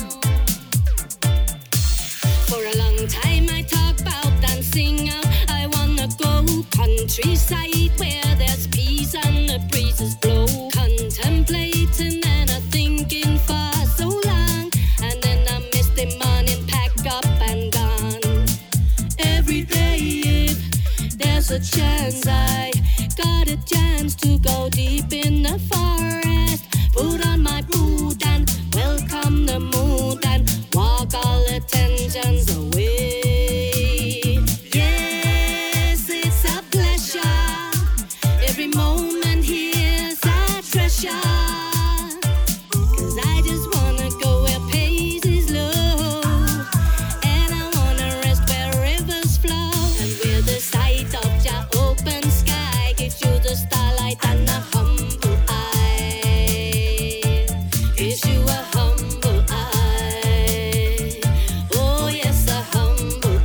For a long time I talk about dancing out. I wanna go countryside where there's peace and the breezes blow. Contemplating and a thinking for so long, and then I miss the morning, pack up and gone. Every day if there's a chance, I got a chance to go deep in the forest, put on my boot and welcome the mood and walk all the tensions away. Yes, it's a pleasure. Every moment here's a treasure. 'Cause I just wanna go where pace is low, and I wanna rest where rivers flow, and where the sight of your open sky gives you the starlight and a humble eye. Gives you a humble eye. Oh yes, a humble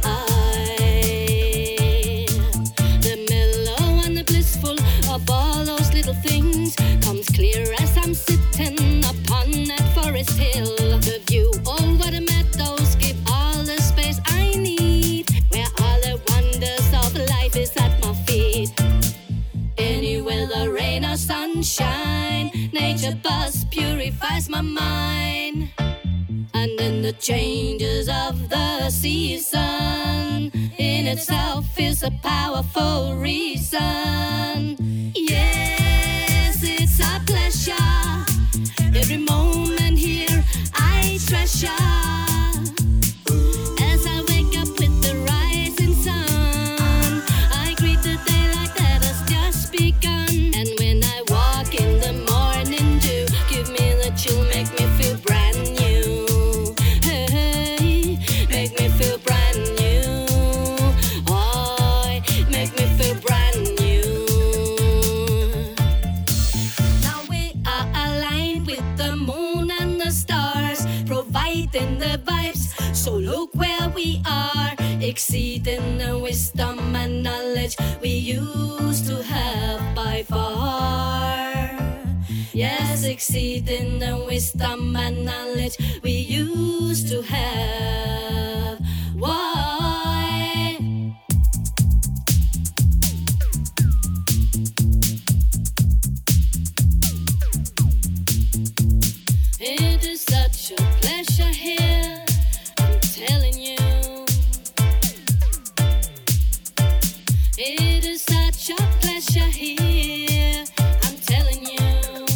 eye. The mellow and the blissful of all those little things comes clear as I'm sitting upon that forest hill. The view over the meadows give all the space I need, where all the wonders of life is at my feet. Anywhere the rain or sunshine, nature buzz purifies my mind. And then the changes of the season in itself is a powerful reason. Yes, it's a pleasure. Every moment here I treasure. As I wake up with the rising sun, I greet the day like that has just begun. And when I walk in the morning dew, give me the chill, make me feel brand new. Hey, make me feel brand new. Oh, make me feel brand new. Now we are aligned with the moon and the stars, providing the vibes. So look where we are, exceeding the wisdom and knowledge we used to have by far. Yes, exceeding the wisdom and knowledge we used to have. Why? It is such a pleasure here, I'm telling you. It is such a pleasure here, I'm telling you.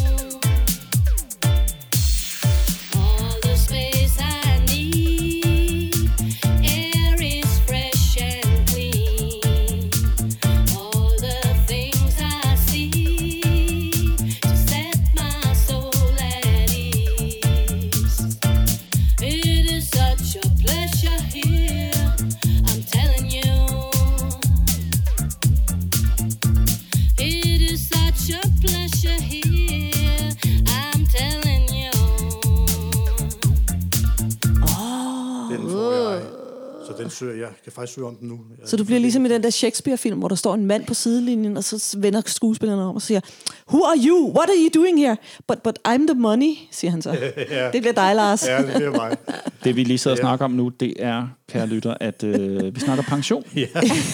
All the space I need, air is fresh and clean. All the things I see to set my soul at ease. It is such a pleasure here, I'm telling you. It is such a pleasure here, I'm telling you. Den får jeg. Så den søger jeg. Kan faktisk søge om den nu. Så du bliver ligesom i den der Shakespeare-film, hvor der står en mand på sidelinjen, og så vender skuespillerne om og siger, "Who are you? What are you doing here?" But I'm the money, siger han så. Ja. Det bliver dig, Lars. Ja, det bliver mig. Det vi lige sidder og snakker om nu, det er, kære lytter, at vi snakker pension. Ja.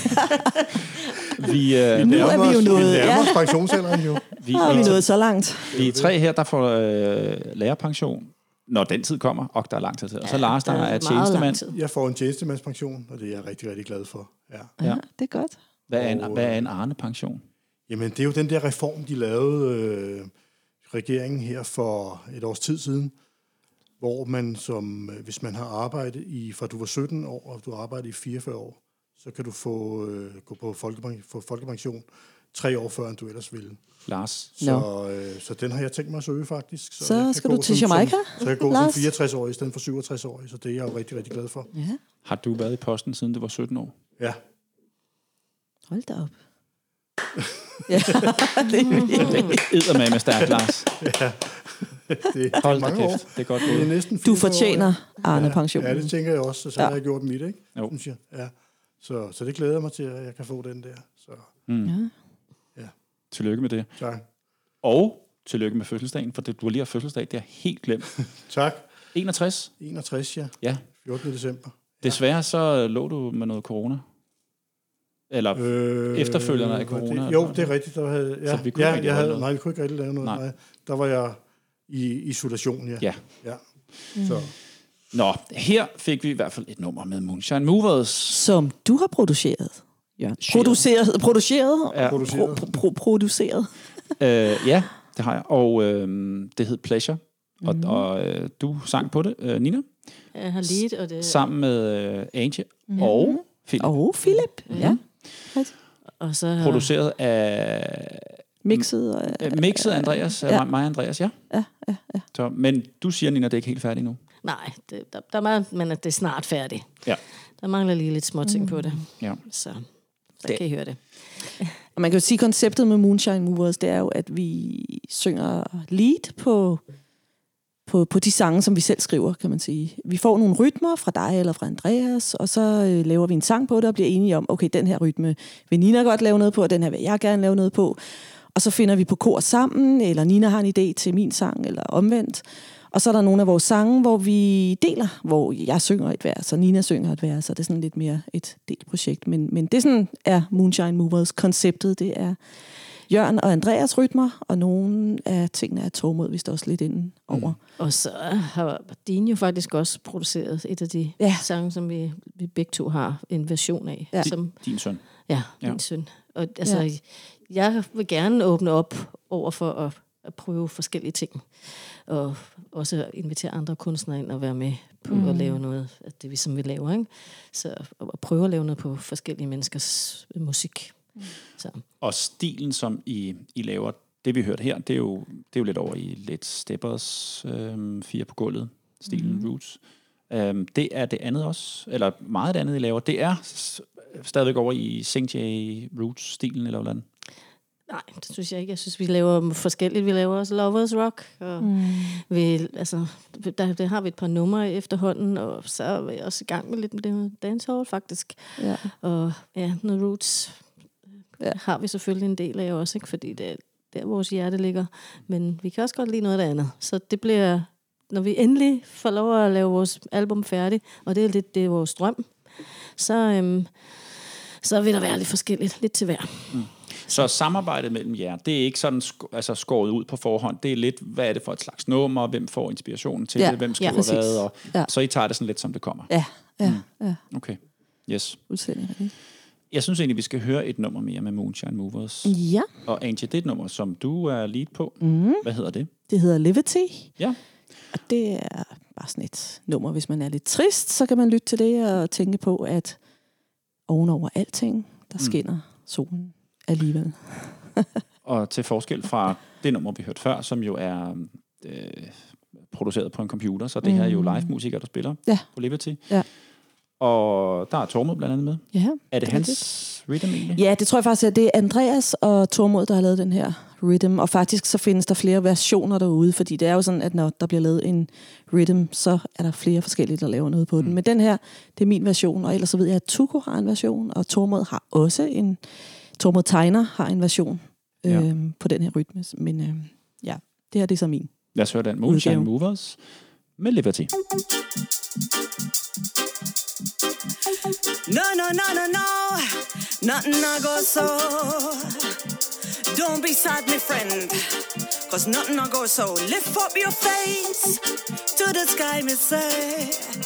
Vi, Nu er vi jo nået. Vi Ja, nærmer os pensionsalderen jo. vi, nu er vi nået så langt. vi er 3 her, der får lærerpension, når den tid kommer, og der er lang tid til. Og så Lars, der er meget tjenestemand. lang tid. Jeg får en tjenestemandspension, og det er jeg rigtig, rigtig glad for. Ja. Ja, det er godt. Hvad er en Arne-pension? Jamen, det er jo den der reform, de lavede regeringen her for et års tid siden, hvor man som, hvis man har arbejdet fra du var 17 år, og du har arbejdet i 44 år, så kan du få gå på folkepension 3 år før, end du ellers ville. Lars? Så den har jeg tænkt mig at søge, faktisk. Så jeg kan skal gå du til som- Jamaica, Så jeg kan gå Lars? som 64-årig i stedet for 67-årig, så det er jeg jo rigtig, rigtig glad for. Ja, Har du været i posten, siden du var 17 år? Ja. hold da op. Ja, det er virkelig. Eddermame stærkt, Lars. Det er Hold da mange år. kæft, det er godt Det er gået. næsten Du 44 år, fortjener Arne-pensionen. Ja, det tænker jeg også, så har jeg gjort mit, ikke? Jo. Synes jeg. Ja. Så det glæder jeg mig til, at jeg kan få den der. Så Tillykke med det. tak. Og tillykke med fødselsdagen, for du har lige haft fødselsdag, det er helt glemt. Tak. 61? 61, ja. Ja. 14. december. Desværre så lå du med noget corona. Eller efterfølgende af corona. Jo, det er rigtigt. Der havde, Så vi kunne ikke rigtig lave noget. vi kunne ikke rigtig lave noget. Nej. Nej. Der var jeg i isolation, ja. Ja. Så Nå, her fik vi i hvert fald et nummer med Moonshine Movers. Som du har produceret. Ja. Produceret. Produceret. Ja. Produceret. Ja, det har jeg. Og det hed Pleasure. Og du sang på det, Nina. Jeg har lead, og det... Sammen med Angie og Philip. Og Philip. Ja. Og så har... Produceret af... Mixet. Og, Mixet Andreas. Ja. Mig og Andreas, ja. Ja. Så, men du siger, Nina, det er ikke helt færdigt nu. Nej, der er meget, men at det er snart færdigt. Ja. Der mangler lige lidt småting på det. Ja. Så Det- kan I høre det. Og man kan jo sige, at konceptet med Moonshine Movers, det er jo, at vi synger lead på de sange, som vi selv skriver, kan man sige. Vi får nogle rytmer fra dig eller fra Andreas, og så laver vi en sang på det og bliver enige om, okay, den her rytme vil Nina godt lave noget på, og den her vil jeg gerne lave noget på. Og så finder vi på kor sammen, eller Nina har en idé til min sang, eller omvendt. Og så er der nogle af vores sange, hvor vi deler, hvor jeg synger et vers, og Nina synger et vers, så det er sådan lidt mere et delt projekt. Men det sådan er Moonshine Movers konceptet. Det er Jørgen og Andreas rytmer, og nogle af tingene er Tormod vist også lidt inden over. Og så har Dine jo faktisk også produceret et af de sange, som vi begge to har en version af. Ja. Som, Din søn. ja, min søn. Og altså, jeg vil gerne åbne op over for at prøve forskellige ting. Og også invitere andre kunstnere ind og være med på at lave noget af det, vi som vi laver. Ikke? Så at prøve at lave noget på forskellige menneskers musik. Så. Og stilen, som I laver, det vi hørte her, det er jo lidt over i lidt Steppers 4 på gulvet, stilen Roots. Det er det andet også, eller meget det andet, I laver. Det er stadigvæk over i Sing J Roots-stilen, eller hvordan? Nej, det synes jeg ikke. Jeg synes, vi laver forskelligt. Vi laver også Lovers Rock. Og vi, altså, der har vi et par numre efterhånden, og så er vi også i gang med lidt dancehall, faktisk. Ja. Og ja, noget roots har vi selvfølgelig en del af også, ikke? Fordi det der vores hjerte ligger. Men vi kan også godt lide noget af det andet. Så det bliver, når vi endelig får lov at lave vores album færdigt, og det er lidt det er vores drøm, så vil der være lidt forskelligt, lidt til hver. Så samarbejdet mellem jer, det er ikke sådan skåret ud på forhånd. Det er lidt, hvad er det for et slags nummer, hvem får inspirationen til det, hvem skriver hvad, og så I tager det sådan lidt, som det kommer. Ja. Okay, yes. Udsendig. Jeg synes egentlig, vi skal høre et nummer mere med Moonshine Movers. Ja. Og Angie, det er et nummer, som du er lead på. Hvad hedder det? Det hedder Liberty. Ja. Og det er bare sådan et nummer, hvis man er lidt trist, så kan man lytte til det og tænke på, at ovenover alting, der skinner solen alligevel. Og til forskel fra det nummer, vi hørte før, som jo er produceret på en computer, så det her er jo live-musikere, der spiller på Liberty. Ja. Og der er Tormod blandt andet med. Ja, er det hans rhythm egentlig? Ja, det tror jeg faktisk, at det er Andreas og Tormod, der har lavet den her rhythm. Og faktisk så findes der flere versioner derude, fordi det er jo sådan, at når der bliver lavet en rhythm, så er der flere forskellige, der laver noget på den. Men den her, det er min version, og ellers så ved jeg, at Tuko har en version, og Tormod har også en... Tormod Tegner har en version på den her rytme. Men det her det er så min. Lad os høre den. Moonshine Movers med Liberty. No, nothing I go so. Don't be sad, my friend, 'cause nothing I go so. Lift up your face to the sky, me say.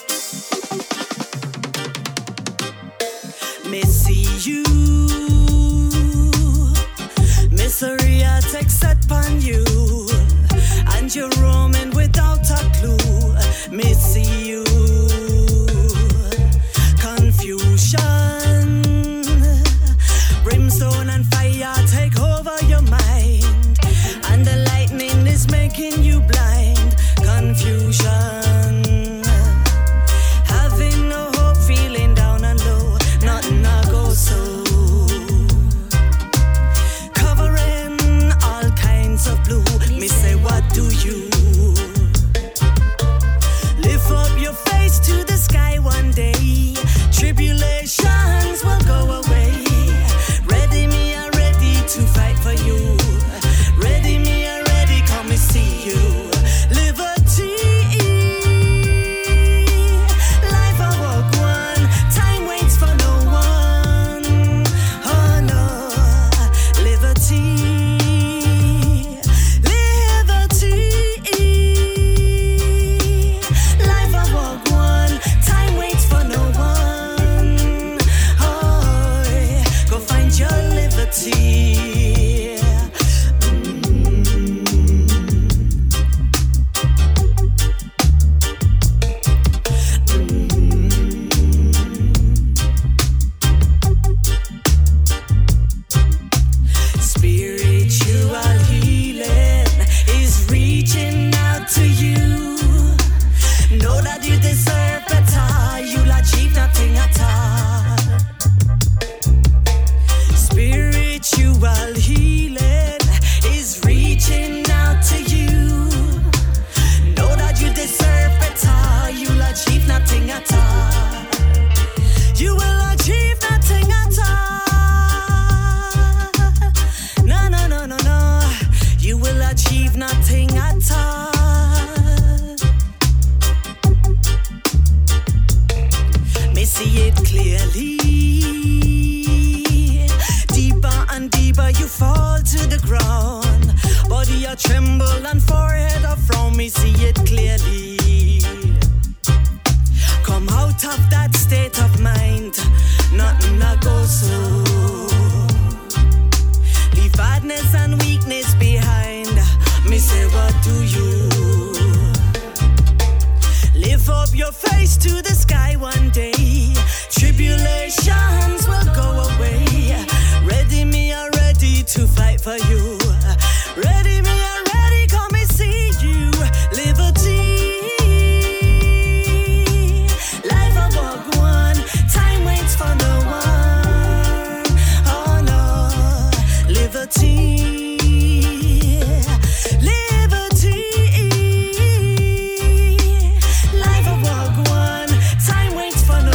Me see you, misery I take set upon you, and you're roaming without a clue. Me see you, confusion, brimstone and fire take over your mind, and the lightning is making you blind. Confusion, having no hope, feeling down and low, nothing I go so. Covering all kinds of blue, me say what do you? Lift up your face to the sky one day, tribulations will go away. Ready, me are ready to fight for you. Ready, me are ready, come and see you. Liberty, life I walk one, time waits for no one. Oh no, liberty, liberty, life I walk one, time waits for no one. Go find your liberty. Spiritual healing is reaching out to you. Know that you deserve better. You'll achieve nothing at all. Spiritual healing is reaching out to you. Know that you deserve better. You'll achieve nothing at all. You will achieve nothing at all. No, no, no, no, no. You will achieve nothing at all. Me see it clearly. Deeper and deeper you fall to the ground. Body a tremble and forehead a frown. Me see it clearly. Come out of that state of mind. Nothing I go so. Leave badness and weakness behind. Me say what do you? Lift up your face to the sky one day. Tribulations will go away. Ready, me are ready to fight for you. Ready, me are ready, come and see you. Liberty, life I walk one, time waits for no one. Oh no, liberty, liberty, life I walk one, time waits for no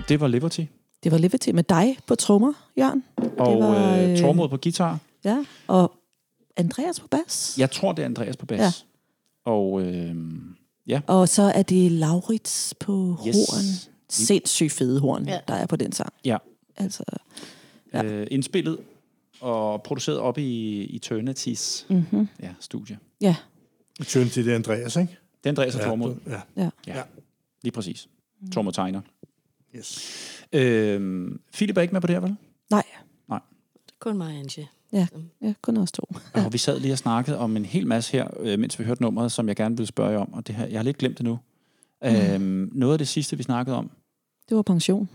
det var Liberty. Det var Liberty med dig på trommer, Jørgen. Og var, Tormod på guitar. Ja, og Andreas på bas. Jeg tror, det er Andreas på bas. Ja. Og ja. Og så er det Laurits på horn. Sindssygt fede horn, der er på den sang. Ja. Altså, indspillet og produceret op i Eternities studie. Ja. Eternity, det er Andreas, ikke? Det er Andreas og Tormod. Ja. Lige præcis. Tormod tegner. Yes. Philip er ikke med på det her, vel? Nej. Kun mig, Angie. Ja, kun os to. Og vi sad lige og snakkede om en hel masse her, mens vi hørte nummeret, som jeg gerne ville spørge jer om. Og det her, jeg har lidt glemt det nu. Noget af det sidste, vi snakkede om. Det var pension.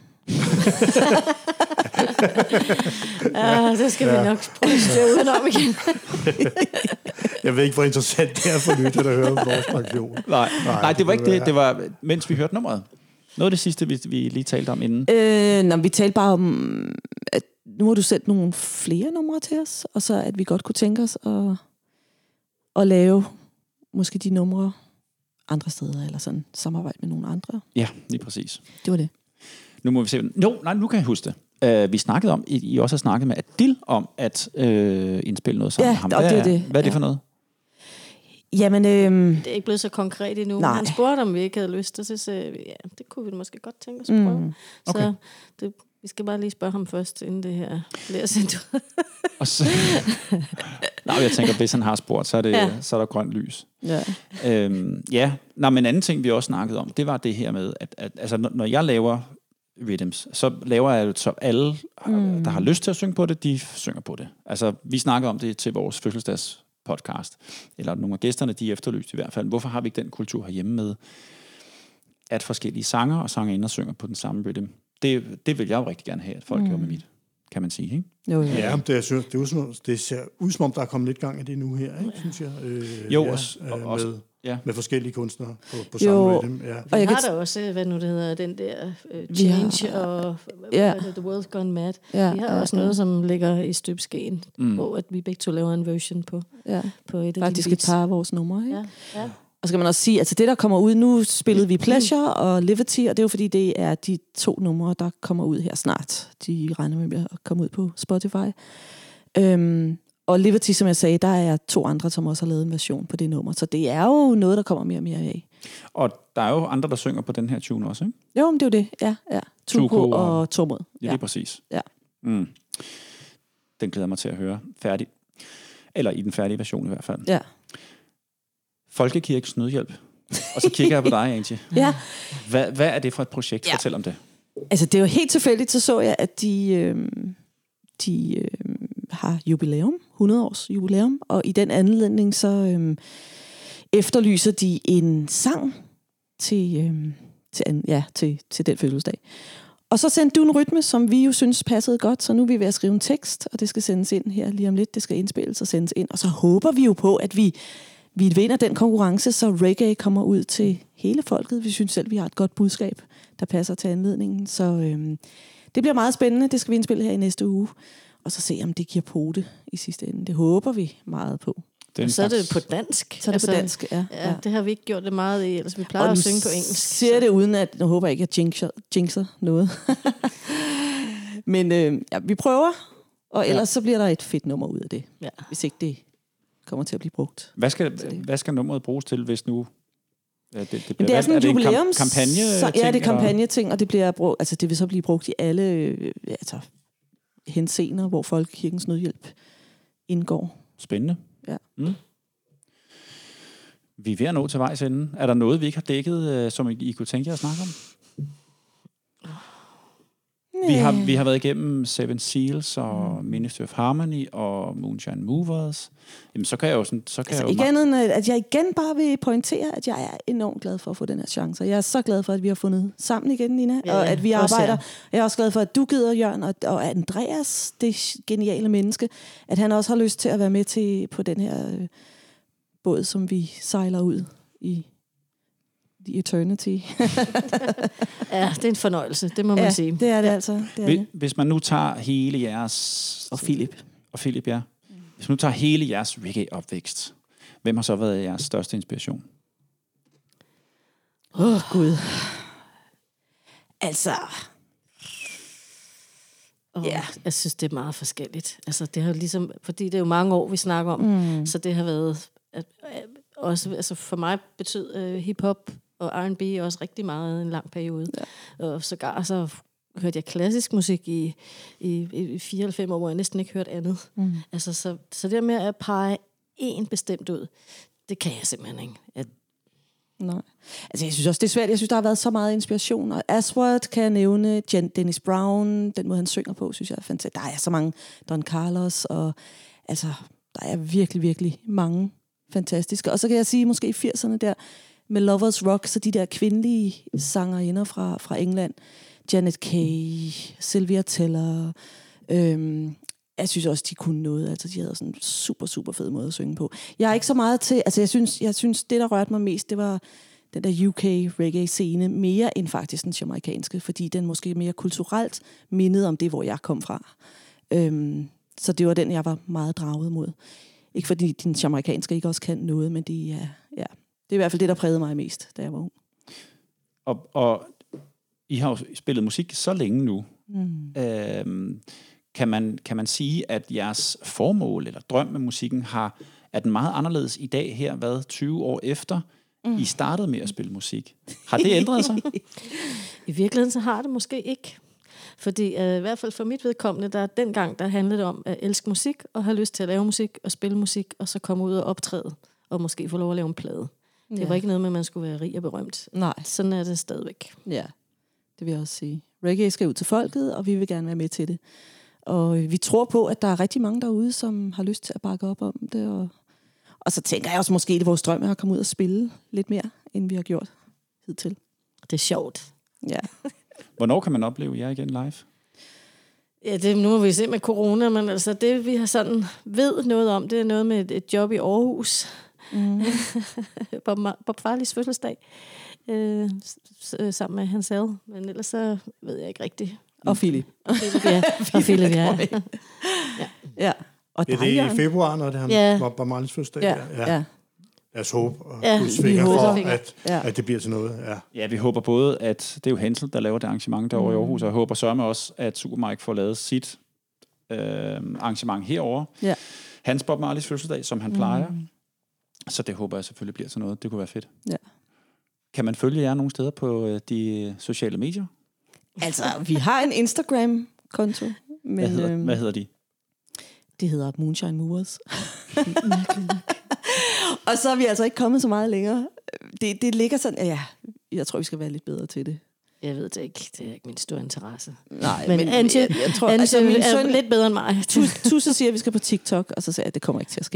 Så skal vi nok prøve at stå udenom igen. Jeg ved ikke, hvor interessant det er for lytter, der hører om vores pension. Nej, det var ikke det. Det var, mens vi hørte nummeret. Noget af det sidste, vi lige talte om inden. Vi talte bare om, at nu må du sætte nogle flere numre til os, og så at vi godt kunne tænke os at lave måske de numre andre steder, eller sådan samarbejde med nogle andre. Ja, lige præcis. Det var det. Nu må vi se. Nu kan jeg huske det. Vi snakkede om, I også har snakket med Adil om at indspille noget sammen med ham. Hvad er det for noget? Jamen, det er ikke blevet så konkret endnu. Nej. Han spurgte, om vi ikke havde lyst, og så sagde vi, ja, det kunne vi måske godt tænke os at prøve. Okay. Så vi skal bare lige spørge ham først, inden det her bliver sendt ud. Og så, jeg tænker, hvis han har spurgt, så er der grønt lys. Ja. Men en anden ting, vi også snakkede om, det var det her med, at altså, når jeg laver rhythms, så laver jeg det, så alle, der har lyst til at synge på det, de synger på det. Altså, vi snakker om det til vores fødselsdags podcast, eller nogle af gæsterne, de efterlyste i hvert fald. Hvorfor har vi ikke den kultur herhjemme med, at forskellige sanger og sangerinder synger på den samme rhythm? Det vil jeg jo rigtig gerne have, at folk gjorde med mit, kan man sige, ikke? Jo. Ja, det ser ud som om, der er kommet lidt gang i det nu her, ikke, synes jeg. Med forskellige kunstnere på samme rhythm. Ja. Og jeg har da også, hvad nu det hedder, den der Change og The World's Gone Mad. Vi har også noget, som ligger i støbskeen, hvor at vi begge to laver en version på et af de faktisk beats. et par af vores numre, ikke? Ja. Og så skal man også sige, altså det, der kommer ud, nu spillede vi Pleasure og Liberty, og det er jo fordi, det er de 2 numre, der kommer ud her snart. De regner med at komme ud på Spotify. Og Liberty, som jeg sagde, der er 2 andre, som også har lavet en version på det nummer. Så det er jo noget, der kommer mere og mere af. Og der er jo andre, der synger på den her tune også, ikke? Jo, men det er jo det. Ja. Tuko og Tormod. Ja, lige præcis. Ja. Den glæder mig til at høre færdig. Eller i den færdige version i hvert fald. Ja. Folkekirkens Nødhjælp. Og så kigger jeg på dig, Angie. Ja. Hvad er det for et projekt? Fortæl om det. Altså, det er jo helt tilfældigt, så jeg, at de har jubilæum, 100 års jubilæum, og i den anledning så efterlyser de en sang til den fødselsdag. Og så sendte du en rytme, som vi jo synes passede godt, så nu er vi ved at skrive en tekst, og det skal sendes ind her lige om lidt. Det skal indspilles og sendes ind, og så håber vi jo på, at vi vinder den konkurrence, så reggae kommer ud til hele folket. Vi synes selv, vi har et godt budskab, der passer til anledningen. Så det bliver meget spændende. Det skal vi indspille her i næste uge. Og så se, om det giver pote i sidste ende. Det håber vi meget på. Og så er det på dansk. Så er det på dansk, ja. Det har vi ikke gjort det meget i, ellers vi plejer at synge på engelsk. Ser det uden at, nu håber jeg ikke, at jeg jinxer noget. Men vi prøver, og ellers så bliver der et fedt nummer ud af det. Ja. Hvis ikke det kommer til at blive brugt. Hvad skal nummeret bruges til, hvis nu det er sådan en jubilæums kampagne? Ja, det er kampagneting, og det bliver brugt, altså det vil så blive brugt i alle henseender, hvor Folkekirkens Nødhjælp indgår. Spændende. Ja. Vi er ved at nå til vejs ende. Er der noget, vi ikke har dækket, som I kunne tænke jer at snakke om? Vi har været igennem Seven Seals og Ministry of Harmony og Moonshine Movers. Jamen, så kan jeg jo sådan... ikke andet end, at jeg igen bare vil pointere, at jeg er enormt glad for at få den her chance. Jeg er så glad for, at vi har fundet sammen igen, Nina, og at vi arbejder. Jeg er også glad for, at du gider, Jørgen, og Andreas, det geniale menneske, at han også har lyst til at være med til på den her båd, som vi sejler ud i The Eternity. Ja, det er en fornøjelse, det må man sige. Det er det altså. Hvis man nu tager hele jeres... Og Philip, ja. Hvis man nu tager hele jeres reggae-opvækst, hvem har så været jeres største inspiration? Gud. Altså, Og jeg synes, det er meget forskelligt. Altså, det har ligesom, fordi det er jo mange år, vi snakker om, så det har været, også, altså for mig betød hip-hop og R&B også rigtig meget en lang periode. Ja. Og sågar så hørte jeg klassisk musik i 4 eller 5 år, hvor jeg næsten ikke hørte andet. Altså, så det med at pege en bestemt ud, det kan jeg simpelthen ikke. Nej. Altså, jeg synes også, det er svært. Jeg synes, der har været så meget inspiration. Og Aswad kan jeg nævne, Dennis Brown, den måde, han synger på, synes jeg er fantastisk. Der er så mange Don Carlos, og altså, der er virkelig, virkelig mange fantastiske. Og så kan jeg sige, måske i 80'erne der, med Lovers Rock, så de der kvindelige sangerinder fra England, Janet Kay, Sylvia Teller, jeg synes også, de kunne noget. Altså, de havde sådan en super, super fed måde at synge på. Jeg er ikke så meget til... Altså, jeg synes det, der rørte mig mest, det var den der UK reggae-scene, mere end faktisk den jamaikanske, fordi den måske mere kulturelt mindede om det, hvor jeg kom fra. Så det var den, jeg var meget draget mod. Ikke fordi den jamaikanske ikke også kan noget, men det er i hvert fald det, der prægede mig mest, da jeg var ung. Og I har jo spillet musik så længe nu. Kan man sige, at jeres formål eller drøm med musikken er den meget anderledes i dag her, 20 år efter I startede med at spille musik? Har det ændret sig? I virkeligheden så har det måske ikke. Fordi i hvert fald for mit vedkommende, dengang der handlede det om at elske musik, og have lyst til at lave musik og spille musik, og så komme ud og optræde, og måske få lov at lave en plade. Det var ikke noget med, at man skulle være rig og berømt. Nej. Sådan er det stadigvæk. Ja, det vil jeg også sige. Reggae skal ud til folket, og vi vil gerne være med til det. Og vi tror på, at der er rigtig mange derude, som har lyst til at bakke op om det. Og så tænker jeg også måske, at vores drøm er at komme ud og spille lidt mere, end vi har gjort hidtil. Det er sjovt. Ja. Hvornår kan man opleve jer igen live? Ja, nu må vi se med corona, men altså det, vi har sådan ved noget om, det er noget med et job i Aarhus. Bob Farleys fødselsdag. Sammen med Hans L. Men ellers så ved jeg ikke rigtigt. Og Philip. Og Philip, ja. Ja. Og det er det i februar, når det er Bob Marleys fødselsdag. Ja. Lad os håbe og gudsvinger for, at det bliver til noget. Ja, vi håber både, at det er jo Hensel, der laver det arrangement derovre i Aarhus, og jeg håber sørme også, at Super Mike får lavet sit arrangement herovre. Ja. Hans Bob Marleys fødselsdag, som han plejer. Så det håber jeg selvfølgelig bliver til noget. Det kunne være fedt. Ja. Kan man følge jer nogle steder på de sociale medier? Altså, vi har en Instagram-konto. Men, hvad hedder de? Det hedder Moonshine Movers. Og så er vi altså ikke kommet så meget længere. Det ligger sådan, jeg tror, vi skal være lidt bedre til det. Jeg ved det ikke. Det er ikke min store interesse. Nej, men Antje, jeg tror, altså, min søn er lidt bedre end mig. Tusse siger, at vi skal på TikTok, og så siger jeg, at det kommer ikke til at ske.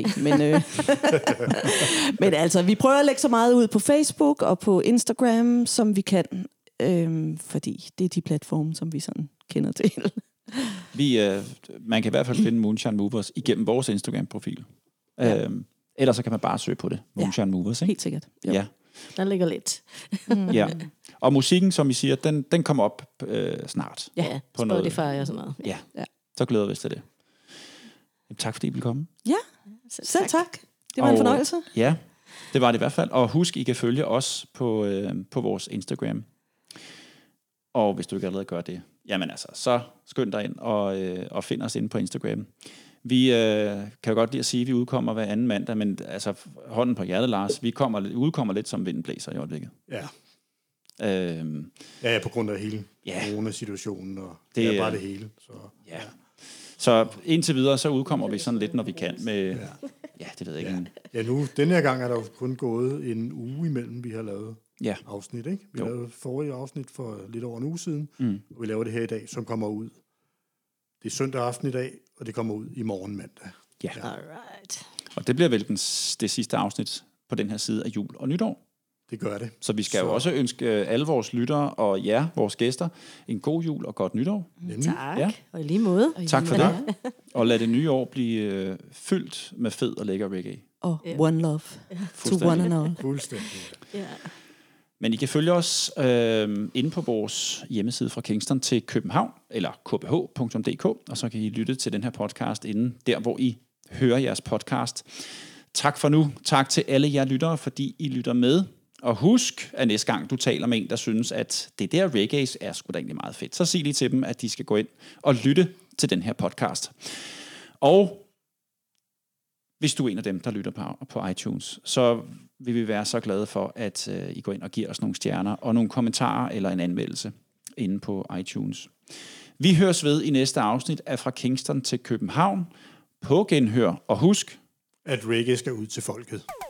Men altså, vi prøver at lægge så meget ud på Facebook og på Instagram, som vi kan. Fordi det er de platforme, som vi sådan kender til. Man kan i hvert fald finde Moonshine Movers igennem vores Instagram-profil. Ja. Ellers så kan man bare søge på det. Moonshine Movers, ikke? Helt sikkert. Jo. Ja. Der ligger lidt. Ja. Og musikken, som I siger, den kommer op snart. Ja, på Spotify og sådan noget. Ja. Så glæder vi os til det. Tak fordi I ville komme. Ja, selv tak. Det var en fornøjelse. Ja, det var det i hvert fald. Og husk, I kan følge os på vores Instagram. Og hvis du ikke allerede gør det, jamen altså, så skynd dig ind og find os inde på Instagram. Vi kan jo godt lide at sige, at vi udkommer hver anden mandag, men altså, hånden på hjertet, Lars, vi udkommer lidt som vinden blæser i øjeblikket. Ja. Ja, på grund af hele corona-situationen, og det er bare det hele. Så, ja. Så indtil videre, så udkommer vi sådan lidt, når vi kan med... Ja, det ved jeg ikke. Ja, nu, denne her gang er der jo kun gået en uge imellem, vi har lavet afsnit, ikke? Vi lavede forrige afsnit for lidt over en uge siden, og vi laver det her i dag, som kommer ud. Det er søndag aften i dag, og det kommer ud i morgen mandag. Ja. Alright. Og det bliver vel det sidste afsnit på den her side af jul og nytår. Det gør det. Så vi skal jo også ønske alle vores lyttere og jer, vores gæster, en god jul og godt nytår. Tak. Ja. Og i lige måde. Tak for det. Og lad det nye år blive fyldt med fed og lækker reggae. Og one love to one and all. Fuldstændig. Ja. Men I kan følge os inde på vores hjemmeside fra Kingston til København, eller kbh.dk, og så kan I lytte til den her podcast inde der, hvor I hører jeres podcast. Tak for nu. Tak til alle jer lyttere, fordi I lytter med. Og husk, at næste gang du taler med en, der synes, at det der reggae er sgu da egentlig meget fedt, så sig lige til dem, at de skal gå ind og lytte til den her podcast. Og hvis du er en af dem, der lytter på iTunes, så vil vi være så glade for, at I går ind og giver os nogle stjerner og nogle kommentarer eller en anmeldelse inde på iTunes. Vi høres ved i næste afsnit af Fra Kingston til København. På genhør, og husk, at reggae skal ud til folket.